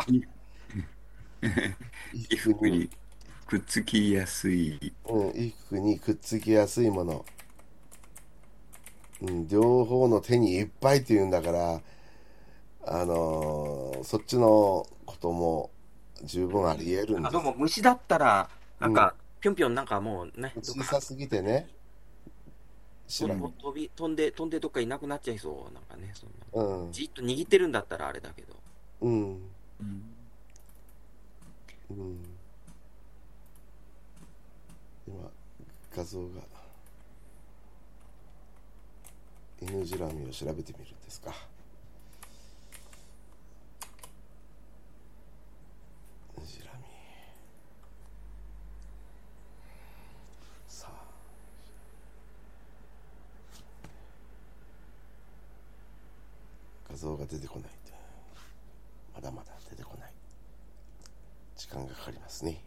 衣服にくっつきやすい。 衣服にくっつきやすいもの。両方の手にいっぱいって言うんだから、そっちのことも十分あり得るんです。 でも虫だったら、なんか、ぴょんぴょんなんかもうね。 小さすぎてね。 飛んでどっかいなくなっちゃいそう。なんかね、そんな。じっと握ってるんだったらあれだけど。 今、画像が。犬ジラミを調べてみるんですか。犬ジラミ。さあ。画像が出てこない。まだまだ出てこない。時間がかかりますね。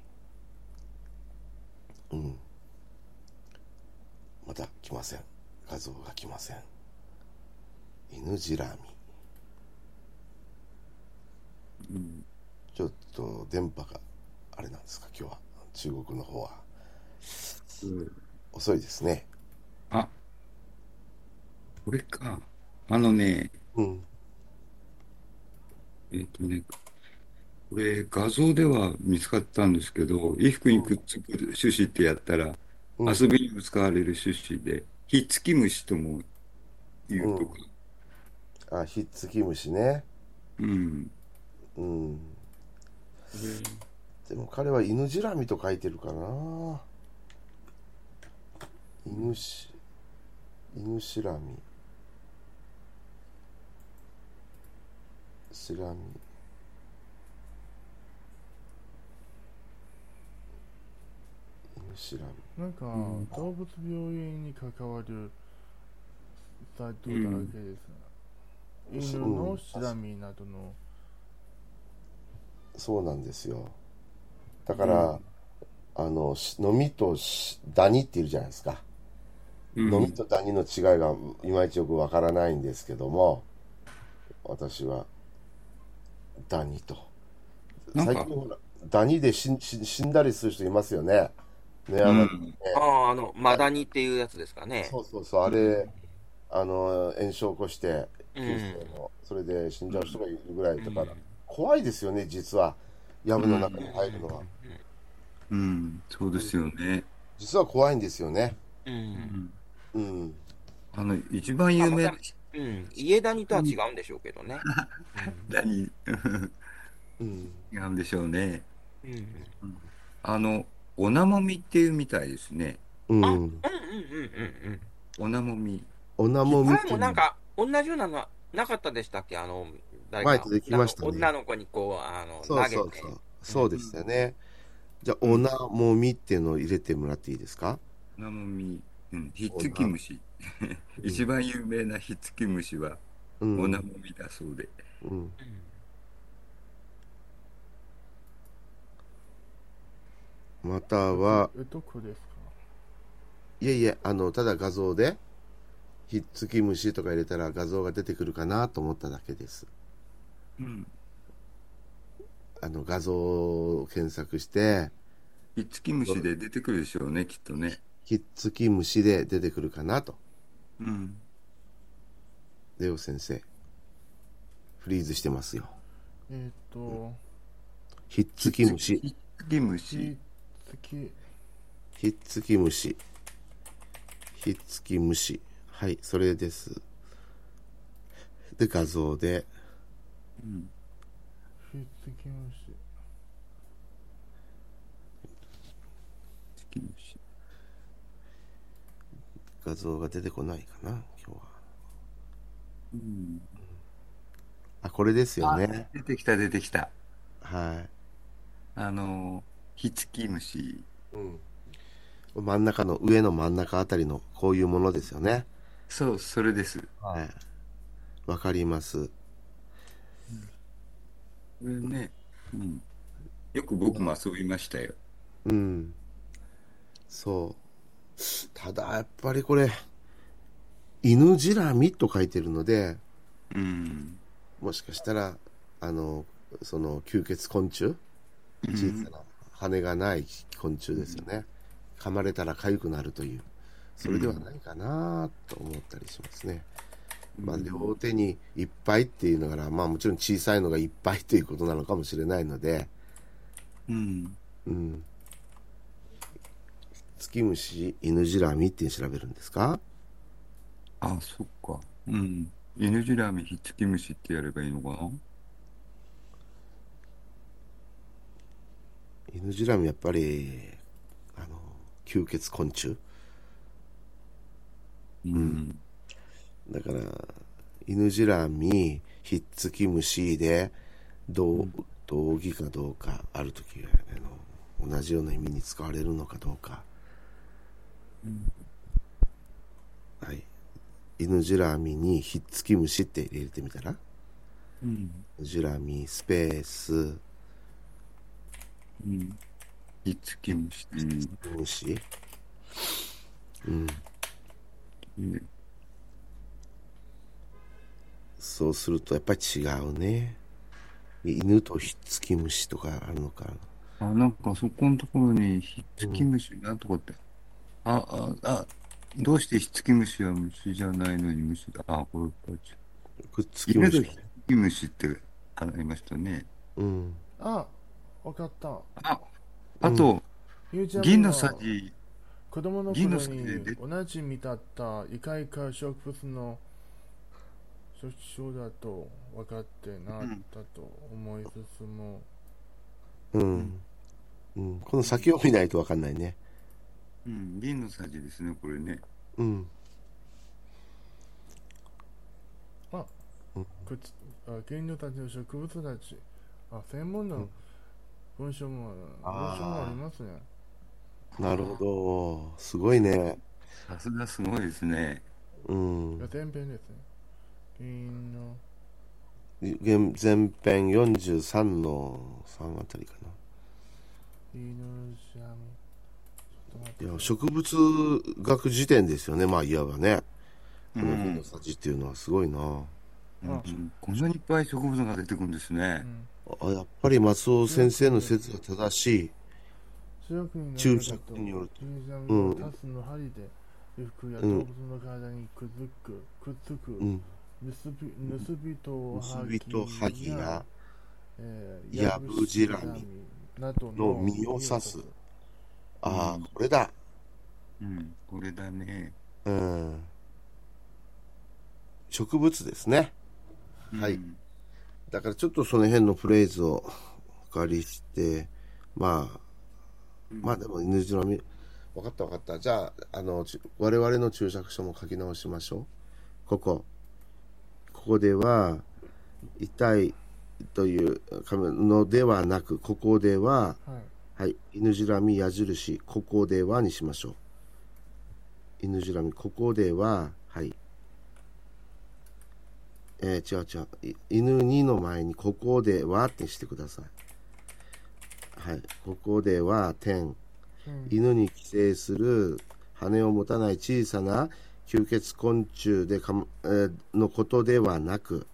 まだ来ません。画像が来ません。犬ジラミ。ちょっと電波があれなんですか、今日は。中国の方は。遅いですね。 これか。これ画像では見つかったんですけど、衣服にくっつく種子ってやったら、遊びにも使われる種子で、ひっつき虫とも言うとか。 ひっつき虫ね。でも彼は犬ジラミと書いてるかな。犬シラミ。シラミ。 なんか、動物病院に関わるサイトだらけです。犬のシラミなどの。 そうなんですよ。だから、ノミとダニっているじゃないですか。ノミとダニの違いがいまいちよくわからないんですけども、私はダニと。最近ほら、ダニで死んだりする人いますよね。 マダニっていうやつですかね。 そう、あれ、炎症を起こして、それで死んじゃう人がいるぐらいだから、怖いですよね、実は。藪の中に入るのは。 そうですよね。 実は怖いんですよね。 一番有名なうん、家谷とは違うんでしょうけどね。 何うん、違うんでしょうね。うん、おなもみっていうみたいですね。 うん。 おなもみ。 おなもみ。 前もなんか、同じようなのなかったでしたっけ？誰か、 前できましたね。 女の子にこう、投げて。 そうですよね。じゃあ、おなもみっていうのを入れてもらっていいですか？ おなもみ。ひっつき虫。一番有名なひっつき虫は、おなもみだそうで。 または、 どこですか？ いえいえ、ただ画像で、ひっつき虫とか入れたら画像が出てくるかなと思っただけです。画像を検索して、 ひっつき虫で出てくるでしょうね、きっとね。 ひっつき虫で出てくるかなと。レオ先生、フリーズしてますよ。ひっつき虫。 ひっつき虫。 ひっつき虫。ひっつき虫。はい、それです。で、画像で。 ひっつき虫。 画像が出てこないかな、今日は。あ、これですよね。 出てきた、出てきた。 はい。 ひっつき虫。 真ん中の、上の真ん中あたりの、こういうものですよね。 そう、それです。 はい。わかります。 これね、よく僕も遊びましたよ。 そう。ただ、やっぱりこれ、犬じらみと書いてるので、もしかしたら、その吸血昆虫、小さな羽がない昆虫ですよね。噛まれたら痒くなるという、それではないかなと思ったりしますね。まあ、両手にいっぱいっていうのから、まあもちろん小さいのがいっぱいということなのかもしれないので、月虫、犬じらみって調べるんですか？ あ、そっか。犬じらみ、ひっつき虫ってやればいいのかな？ 犬じらみやっぱり吸血昆虫、だから犬じらみ、ひっつき虫で同義かどうか、あるとき同じような意味に使われるのかどうか、はい、犬じらみにひっつき虫って入れてみたら、犬じらみスペースひっつき虫、 虫、そうするとやっぱり違うね。犬とひっつき虫とかあるのかな。なんかそこのところにひっつき虫なんとかって、どうしてひっつき虫は虫じゃないのに虫だ。これくっつき虫、 犬とひっつき虫ってありましたね。 わかった。 あと、銀のさじ。 子供の頃に同じ見だった異界化植物の象だと分かってなったと思いつつも、 この先を見ないと分かんないね。 銀のさじですね、これね。 銀のたちの植物たち、専門の文章もありますね。 なるほど、すごいね。 さすがすごいですね。 前編ですね。 前編43の3あたりかな。いや、植物学辞典ですよね、まあいわばね。この銀のさじっていうのはすごいな。 こんなにいっぱい植物が出てくるんですね。 やっぱり松尾先生の説が正しい。注釈によると、 タスの針で衣服や動物の体にくっつく、盗人はぎややぶじらみの実を刺す。これだ。 これだね。 植物ですね。はい。 うん。 だからちょっとその辺のフレーズをお借りして、まあ、まあでも犬白み、分かった分かった。じゃあ、我々の注釈書も書き直しましょう。ここでは、痛いというのではなく、ここでは、 はい。 はい、犬白み矢印、ここではにしましょう。犬白み、ここでは、はい。違う。犬2の前に、ここではってしてください。はい。ここでは、点。犬に寄生する羽を持たない小さな吸血昆虫でのことではなく、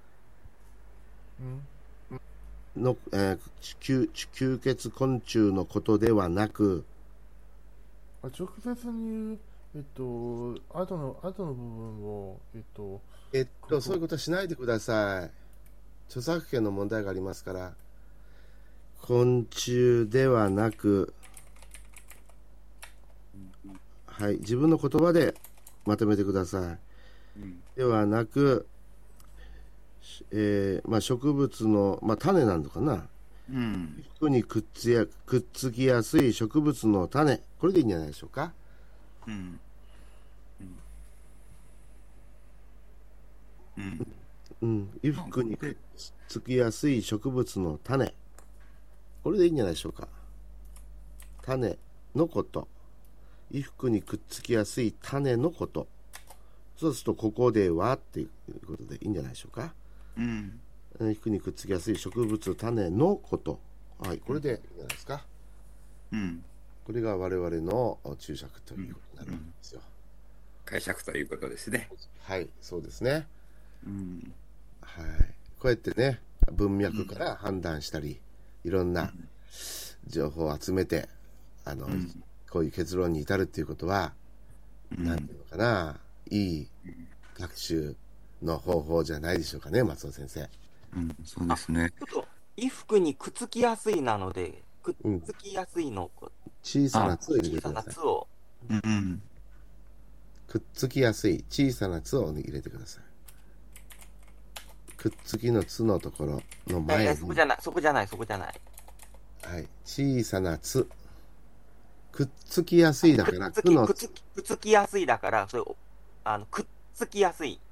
吸血昆虫のことではなく、 直接に言う、後の部分を、 そういうことはしないでください。著作権の問題がありますから。昆虫ではなく、はい、自分の言葉でまとめてください。ではなく、植物の、種なのかな。服にくっつきやすい植物の種。これでいいんじゃないでしょうか。衣服にくっつきやすい植物の種。これでいいんじゃないでしょうか。種のこと。衣服にくっつきやすい種のこと。そうすると、ここではっていうことでいいんじゃないでしょうか。衣服にくっつきやすい植物種のこと。はい、これでいいんじゃないですか。これが我々の注釈ということになるんですよ。 解釈ということですね。 はい、そうですね。はい、こうやってね、文脈から判断したり、いろんな情報を集めて、こういう結論に至るっていうことは、なんていうのかな、いい学習の方法じゃないでしょうかね、松尾先生。 そうですね。 ちょっと衣服にくっつきやすいなので、くっつきやすいの、 小さなつを入れてください。くっつきやすい小さなつを入れてください。くっつきのつのところの前に、 そこじゃない。 はい、小さなつ。くっつきやすいだから、 くっつきやすいだから、それくっつきやすい。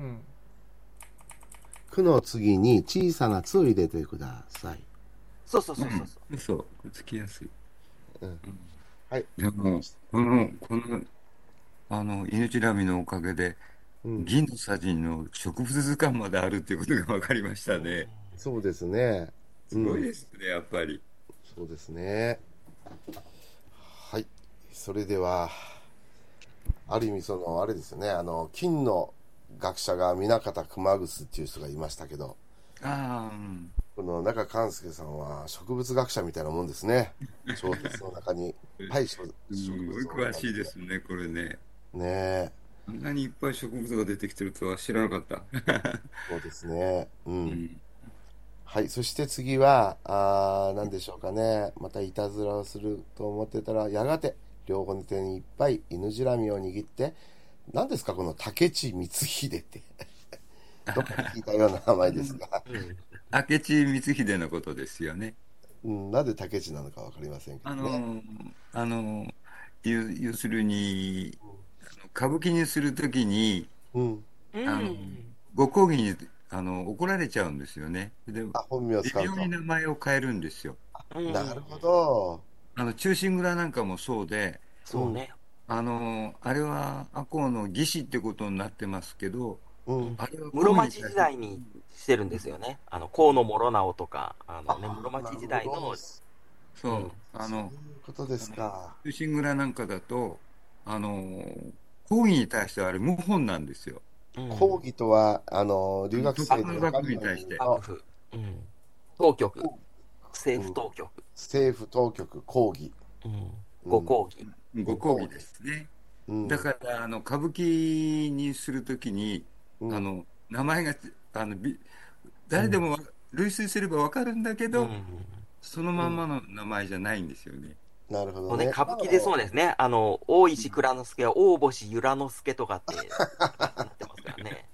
くの次に小さなつを入れてください。 そう。 そう、くっつきやすい。 はい。 でも、この犬チラミのおかげで、銀のさじの植物図鑑まであるっていうことが分かりましたね。 そうですね。 すごいですね、やっぱり。 そうですね。はい。それでは、ある意味あれですよね、金の学者が南方熊楠っていう人がいましたけど、この中勘介さんは植物学者みたいなもんですね。小説の中にいっぱい植物を。詳しいですね、これね。 ねえ。 こんなにいっぱい植物が出てきてるとは知らなかった。 そうですね。はい。そして次は、何でしょうかね。またいたずらをすると思ってたら、やがて、両方の手にいっぱい犬じらみを握って、何ですかこの竹地光秀って。どっかで聞いたような名前ですが。 明智光秀のことですよね。 なぜ竹地なのか分かりませんけどね。 要するに、歌舞伎にするときに、ご公儀に怒られちゃうんですよね。で、 本名を使うと。 微妙に名前を変えるんですよ。 なるほど。 忠臣蔵なんかもそうで、 そうね。 あれは赤穂の義士ってことになってますけど、 あれは室町時代にしてるんですよね。河野諸直とか、室町時代の。 そう。 そういうことですか。 忠臣蔵なんかだと、講義に対してはあれ謀反なんですよ。 講義とは、留学生の幕府に対して。 当局。政府当局。 政府当局、講義。 ご講義。 ご講義ですね。だから、歌舞伎にするときに、名前が、誰でも類推すればわかるんだけど、そのまんまの名前じゃないんですよね。 なるほどね。 歌舞伎でそうですね。大石蔵之介は大星由良之助とかってなってますからね。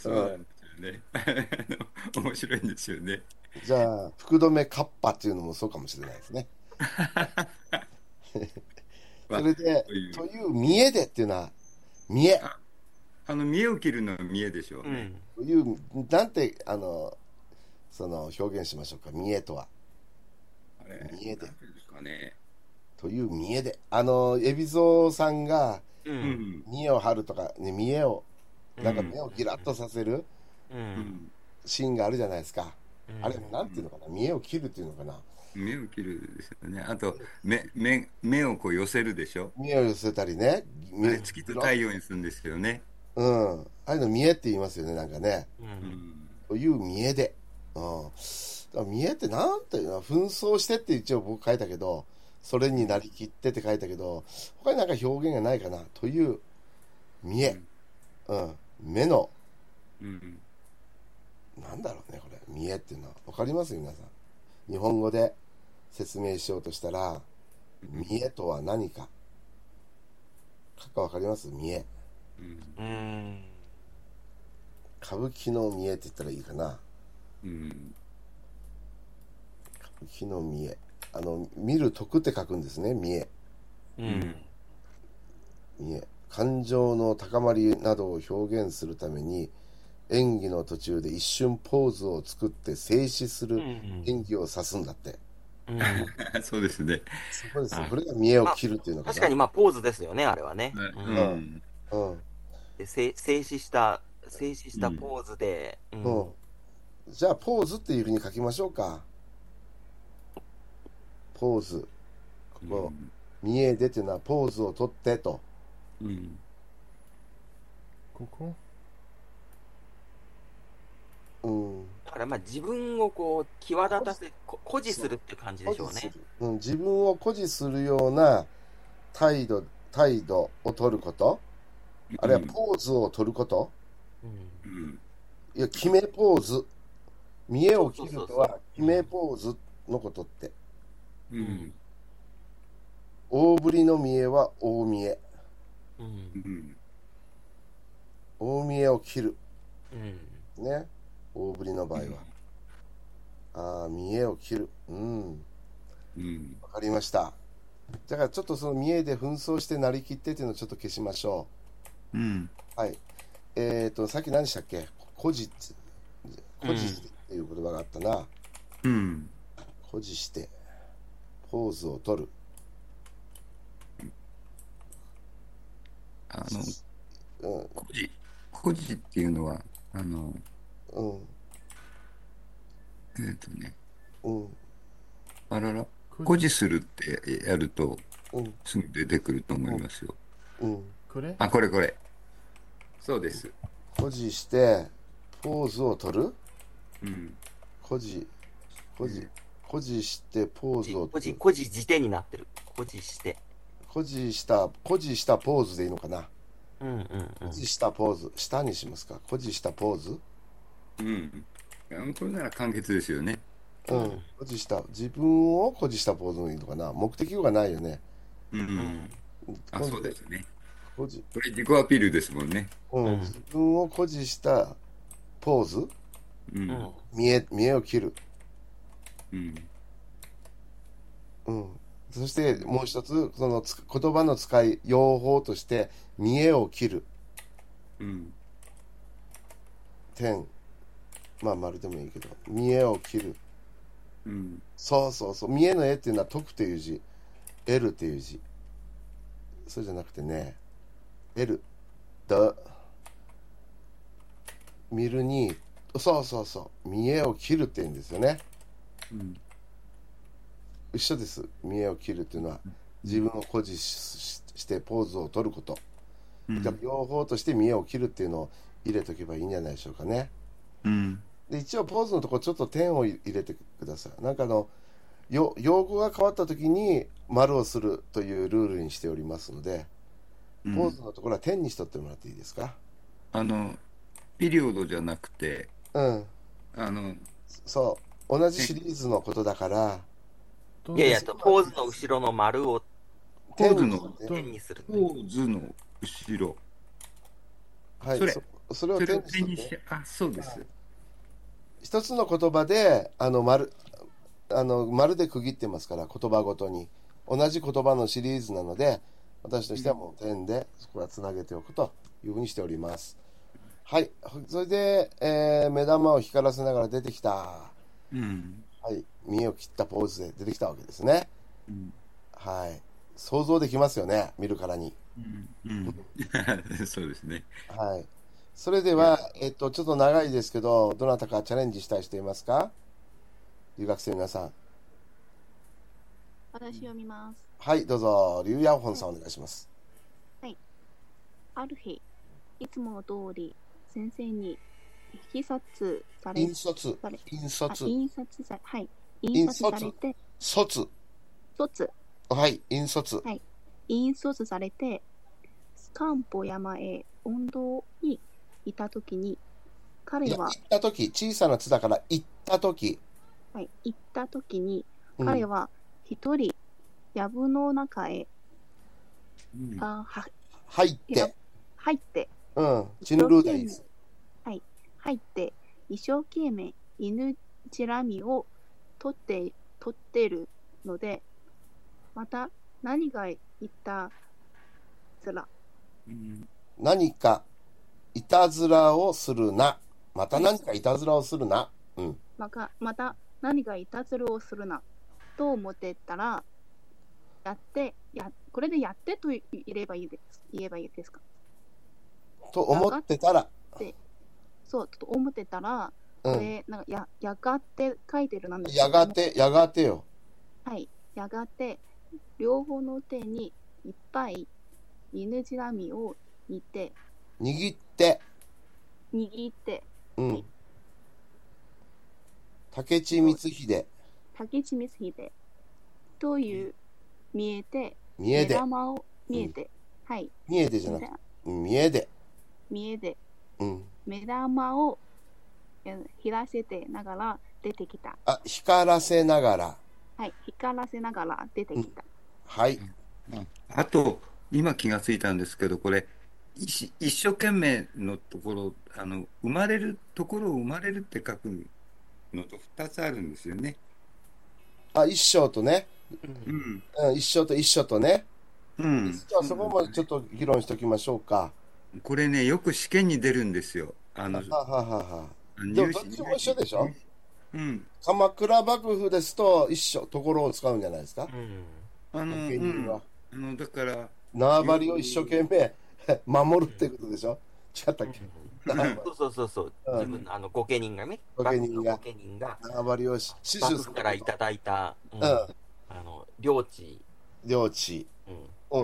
そうなんですよね。面白いんですよね。 じゃあ、福留カッパっていうのもそうかもしれないですね。それで、という見栄でっていうのは、見栄。 見栄を切るのは見栄でしょうね。 という、なんて、その表現しましょうか、見栄とは。見栄で。 ですかね。 という見栄で。海老蔵さんが、見栄を張るとか、ね、見栄を、なんか目をギラッとさせるシーンがあるじゃないですか。あれ、なんていうのかな、見栄を切るっていうのかな。 目を切るですよね。あと、目をこう寄せるでしょ。 目を寄せたりね。 月と太陽にするんですよね。 うん。ああいうの見栄って言いますよね、なんかね。という見栄で。見栄ってなんていうの、紛争してって一応僕書いたけど、それになりきってって書いたけど、他になんか表現がないかな。という見栄。目の、なんだろうね、これ。見栄っていうのは。わかります皆さん。日本語で説明しようとしたら、見栄とは何か。わかります見栄。歌舞伎の見栄って言ったらいいかな。歌舞伎の見栄。見る徳って書くんですね、見栄。見栄。感情の高まりなどを表現するために、演技の途中で一瞬ポーズを作って静止する演技を指すんだって。 そうですね。 そうです。これが見栄を切るっていうのかな。 確かにポーズですよね、あれはね。で静止したポーズで。 じゃあ、ポーズっていうふうに書きましょうか。ポーズ。ここ、見栄でっていうのはポーズをとってと。 ここだから自分をこう際立たせ、誇示するっていう感じでしょうね。 自分を誇示するような態度を取ること、あるいはポーズを取ること、いや、決めポーズ、見栄を切るとは決めポーズのことって。大振りの見栄は大見栄。大見栄を切る。ね。大振りの場合は。見栄を切る。わかりました。だからちょっとその見栄で紛争してなりきってっていうのをちょっと消しましょう。はい。さっき何でしたっけ？誇示っていう言葉があったな。誇示して、ポーズを取る。 誇示っていうのは、あらら、誇示するってやると、すぐ出てくると思いますよ。 これ？ これ。そうです。 誇示して、ポーズを取る？誇示して、ポーズを取る。 誇示辞典になってる。誇示して。 誇示したポーズでいいのかな。誇示したポーズ。下にしますか。誇示したポーズ。 これなら簡潔ですよね。 誇示した。自分を誇示したポーズでいいのかな。目的語がないよね。 そうですね。 これ自己アピールですもんね。 自分を誇示したポーズ。見栄を切る。そしてもう一つ、その言葉の使い、用法として、見栄を切る。点。丸でもいいけど、見栄を切る。そう。見栄の絵っていうのは、解くという字、得るっていう字。そうじゃなくてね、得る。見るに、そう。見栄を切るって言うんですよね。一緒です。見栄を切るっていうのは、自分を誇示してポーズを取ること。用法として見栄を切るっていうのを入れとけばいいんじゃないでしょうかね。で一応ポーズのところちょっと点を入れてください。なんか用語が変わった時に丸をするというルールにしておりますので、ポーズのところは点にしとってもらっていいですか。 ピリオドじゃなくて、 そう、同じシリーズのことだから。 いや、ポーズの後ろの丸を点にする。 ポーズの後ろ。 はい、 それを手にして、あ、そうです。 一つの言葉で丸で区切ってますから、言葉ごとに同じ言葉のシリーズなので、私としてはもう点でそこはつなげておくというふうにしております。はい、それで、目玉を光らせながら出てきた、はい、見栄を切ったポーズで出てきたわけですね。はい、想像できますよね、見るからに。 そうですね。 はい、それでは、ちょっと長いですけど、どなたかチャレンジしたい人いますか？留学生の皆さん。 私読みます。 はい、どうぞ、リュウヤオホンさんお願いします。 はい。ある日、いつも通り先生に印刷され、 印刷されて、はい、印刷されて、カンポ山へ温道にいたときに、彼は、 行ったとき、小さな津だから行ったとき。 はい、行ったときに、彼は一人、藪の中へ、 入って、チヌルーダイズ。 はい、入って、一生懸命犬チラミを取ってるので、また何がいたずら。 何かいたずらをするな。また何かいたずらをするな。 また何かいたずらをするな。と思ってたら、これでやってと言えばいいですか？ と思ってたら。 そう、と思ってたら、これ、なんかやがて書いてるなんですけど、やがてよ。 はい、やがて、両方の手にいっぱい犬じらみを握って、はい、 竹地光秀という見えで、 はいはい、 見えでじゃなくて見えで、 目玉を光らせてながら出てきた。 光らせながら、 はい、光らせながら出てきた。 はい。 あと今気がついたんですけど、これ一生懸命のところ、生まれるところを生まれるって書くのと2つあるんですよね。 一生とね、一生と一緒とね。じゃあそこもちょっと議論しておきましょうか。 これね、よく試験に出るんですよ。 でもどっちも一緒でしょ。鎌倉幕府ですと一緒ところを使うんじゃないですか。 だから縄張りを一生懸命守るってことでしょ。違ったっけ？ そう自分御家人がね、 御家人が縄張りを死守するからいただいた領地を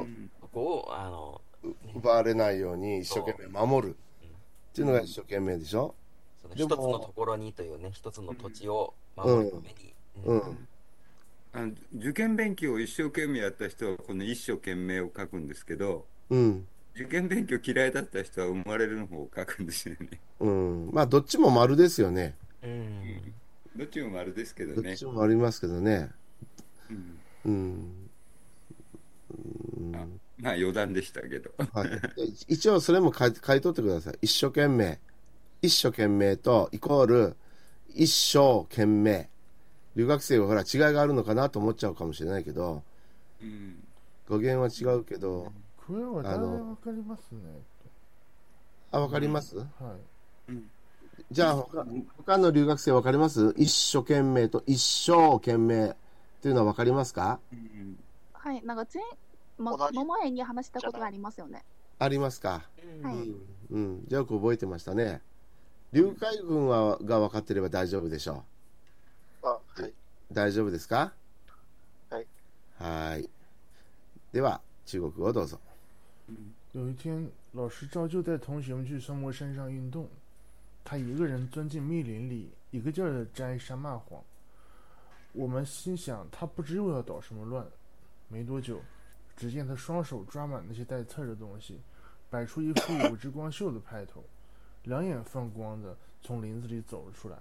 奪われないように一生懸命守るっていうのが一生懸命でしょ。 一つのところにというね、一つの土地を守るために。 受験勉強を一生懸命やった人はこの一生懸命を書くんですけど、受験勉強嫌いだった人は生まれるの方を書くんですよね。 まあどっちも丸ですよね。 どっちも丸ですけどね。 どっちもありますけどね。 まあ余談でしたけど。 一応それも書いとってください。一生懸命とイコール一生懸命。留学生はほら違いがあるのかなと思っちゃうかもしれないけど、語源は違うけど、 これは誰分かりますね。 分かります？ はい。 じゃあ他の留学生分かります？一生懸命と一生懸命っていうのは分かりますか？ はい、なんか前に話したことがありますよね。 ありますか？ はい。 じゃあ覚えてましたね。留海軍が分かってれば大丈夫でしょう。 はい。 大丈夫ですか？ はい。 では中国語どうぞ。 有一天，老师照旧带同学们去双磨山上运动。他一个人钻进密林里，一个劲儿地摘山蚂蟥。我们心想，他不知又要捣什么乱。没多久，只见他双手抓满那些带刺儿的东西，摆出一副有之光秀的派头，两眼放光的从林子里走了出来。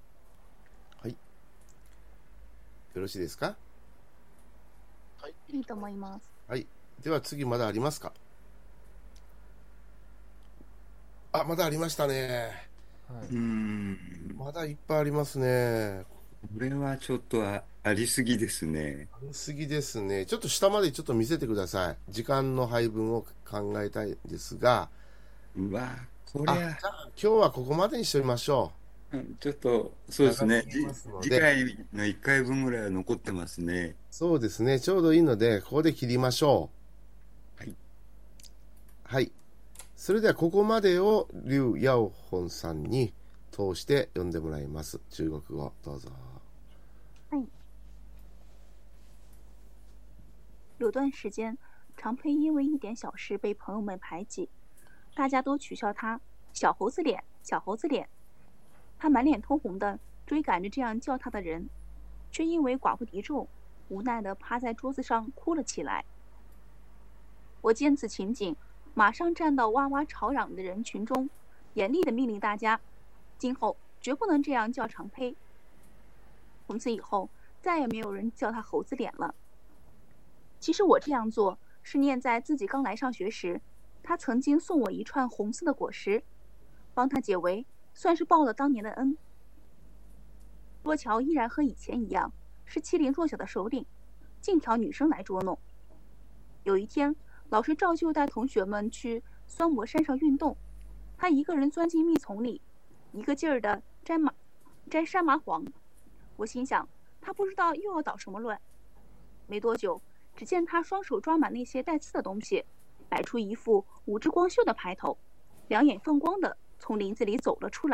よろしいですか？ はい、いいと思います。 はい。では次まだありますか？ あ、まだありましたね。 はい、 まだいっぱいありますね。 これはちょっとありすぎですね。 ありすぎですね。ちょっと下までちょっと見せてください。時間の配分を考えたいんですが。 うわ、これじゃあ今日はここまでにしておきましょう。ちょっと、そうですね。次回の1回分ぐらいは残ってますね。 そうですね。ちょうどいいので、ここで切りましょう。はい。 はい。それではここまでを劉耀本さんに通して読んでもらいます。中国語、どうぞ。 はい。有段时间，常佩因为一点小事被朋友们排挤，大家都取笑他“小猴子脸，小猴子脸”。他满脸通红的追赶着这样叫他的人，却因为寡不敌众，无奈的趴在桌子上哭了起来。我见此情景，马上站到哇哇吵嚷的人群中，严厉的命令大家，今后绝不能这样叫常佩。从此以后，再也没有人叫他猴子脸了。其实我这样做是念在自己刚来上学时，他曾经送我一串红色的果实，帮他解围，算是报了当年的恩。多乔依然和以前一样，是欺凌弱小的首领，尽挑女生来捉弄。有一天，老师照旧带同学们去酸魔山上运动，他一个人钻进密丛里，一个劲儿的摘山麻黄。我心想，他不知道又要捣什么乱。没多久，只见他双手抓满那些带刺的东西，摆出一副五指光秀的牌头，两眼放光的从林子里走了出来。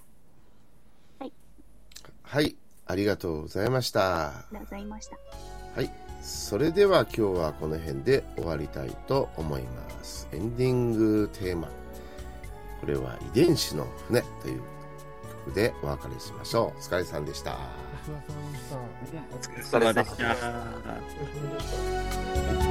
はい、ありがとうございました。 ありがとうございました。 はい、それでは今日はこの辺で終わりたいと思います。エンディングテーマ、これは遺伝子の船という曲でお別れしましょう。お疲れさんでした。 お疲れ様でした。 お疲れ様でした。 お疲れ様でした。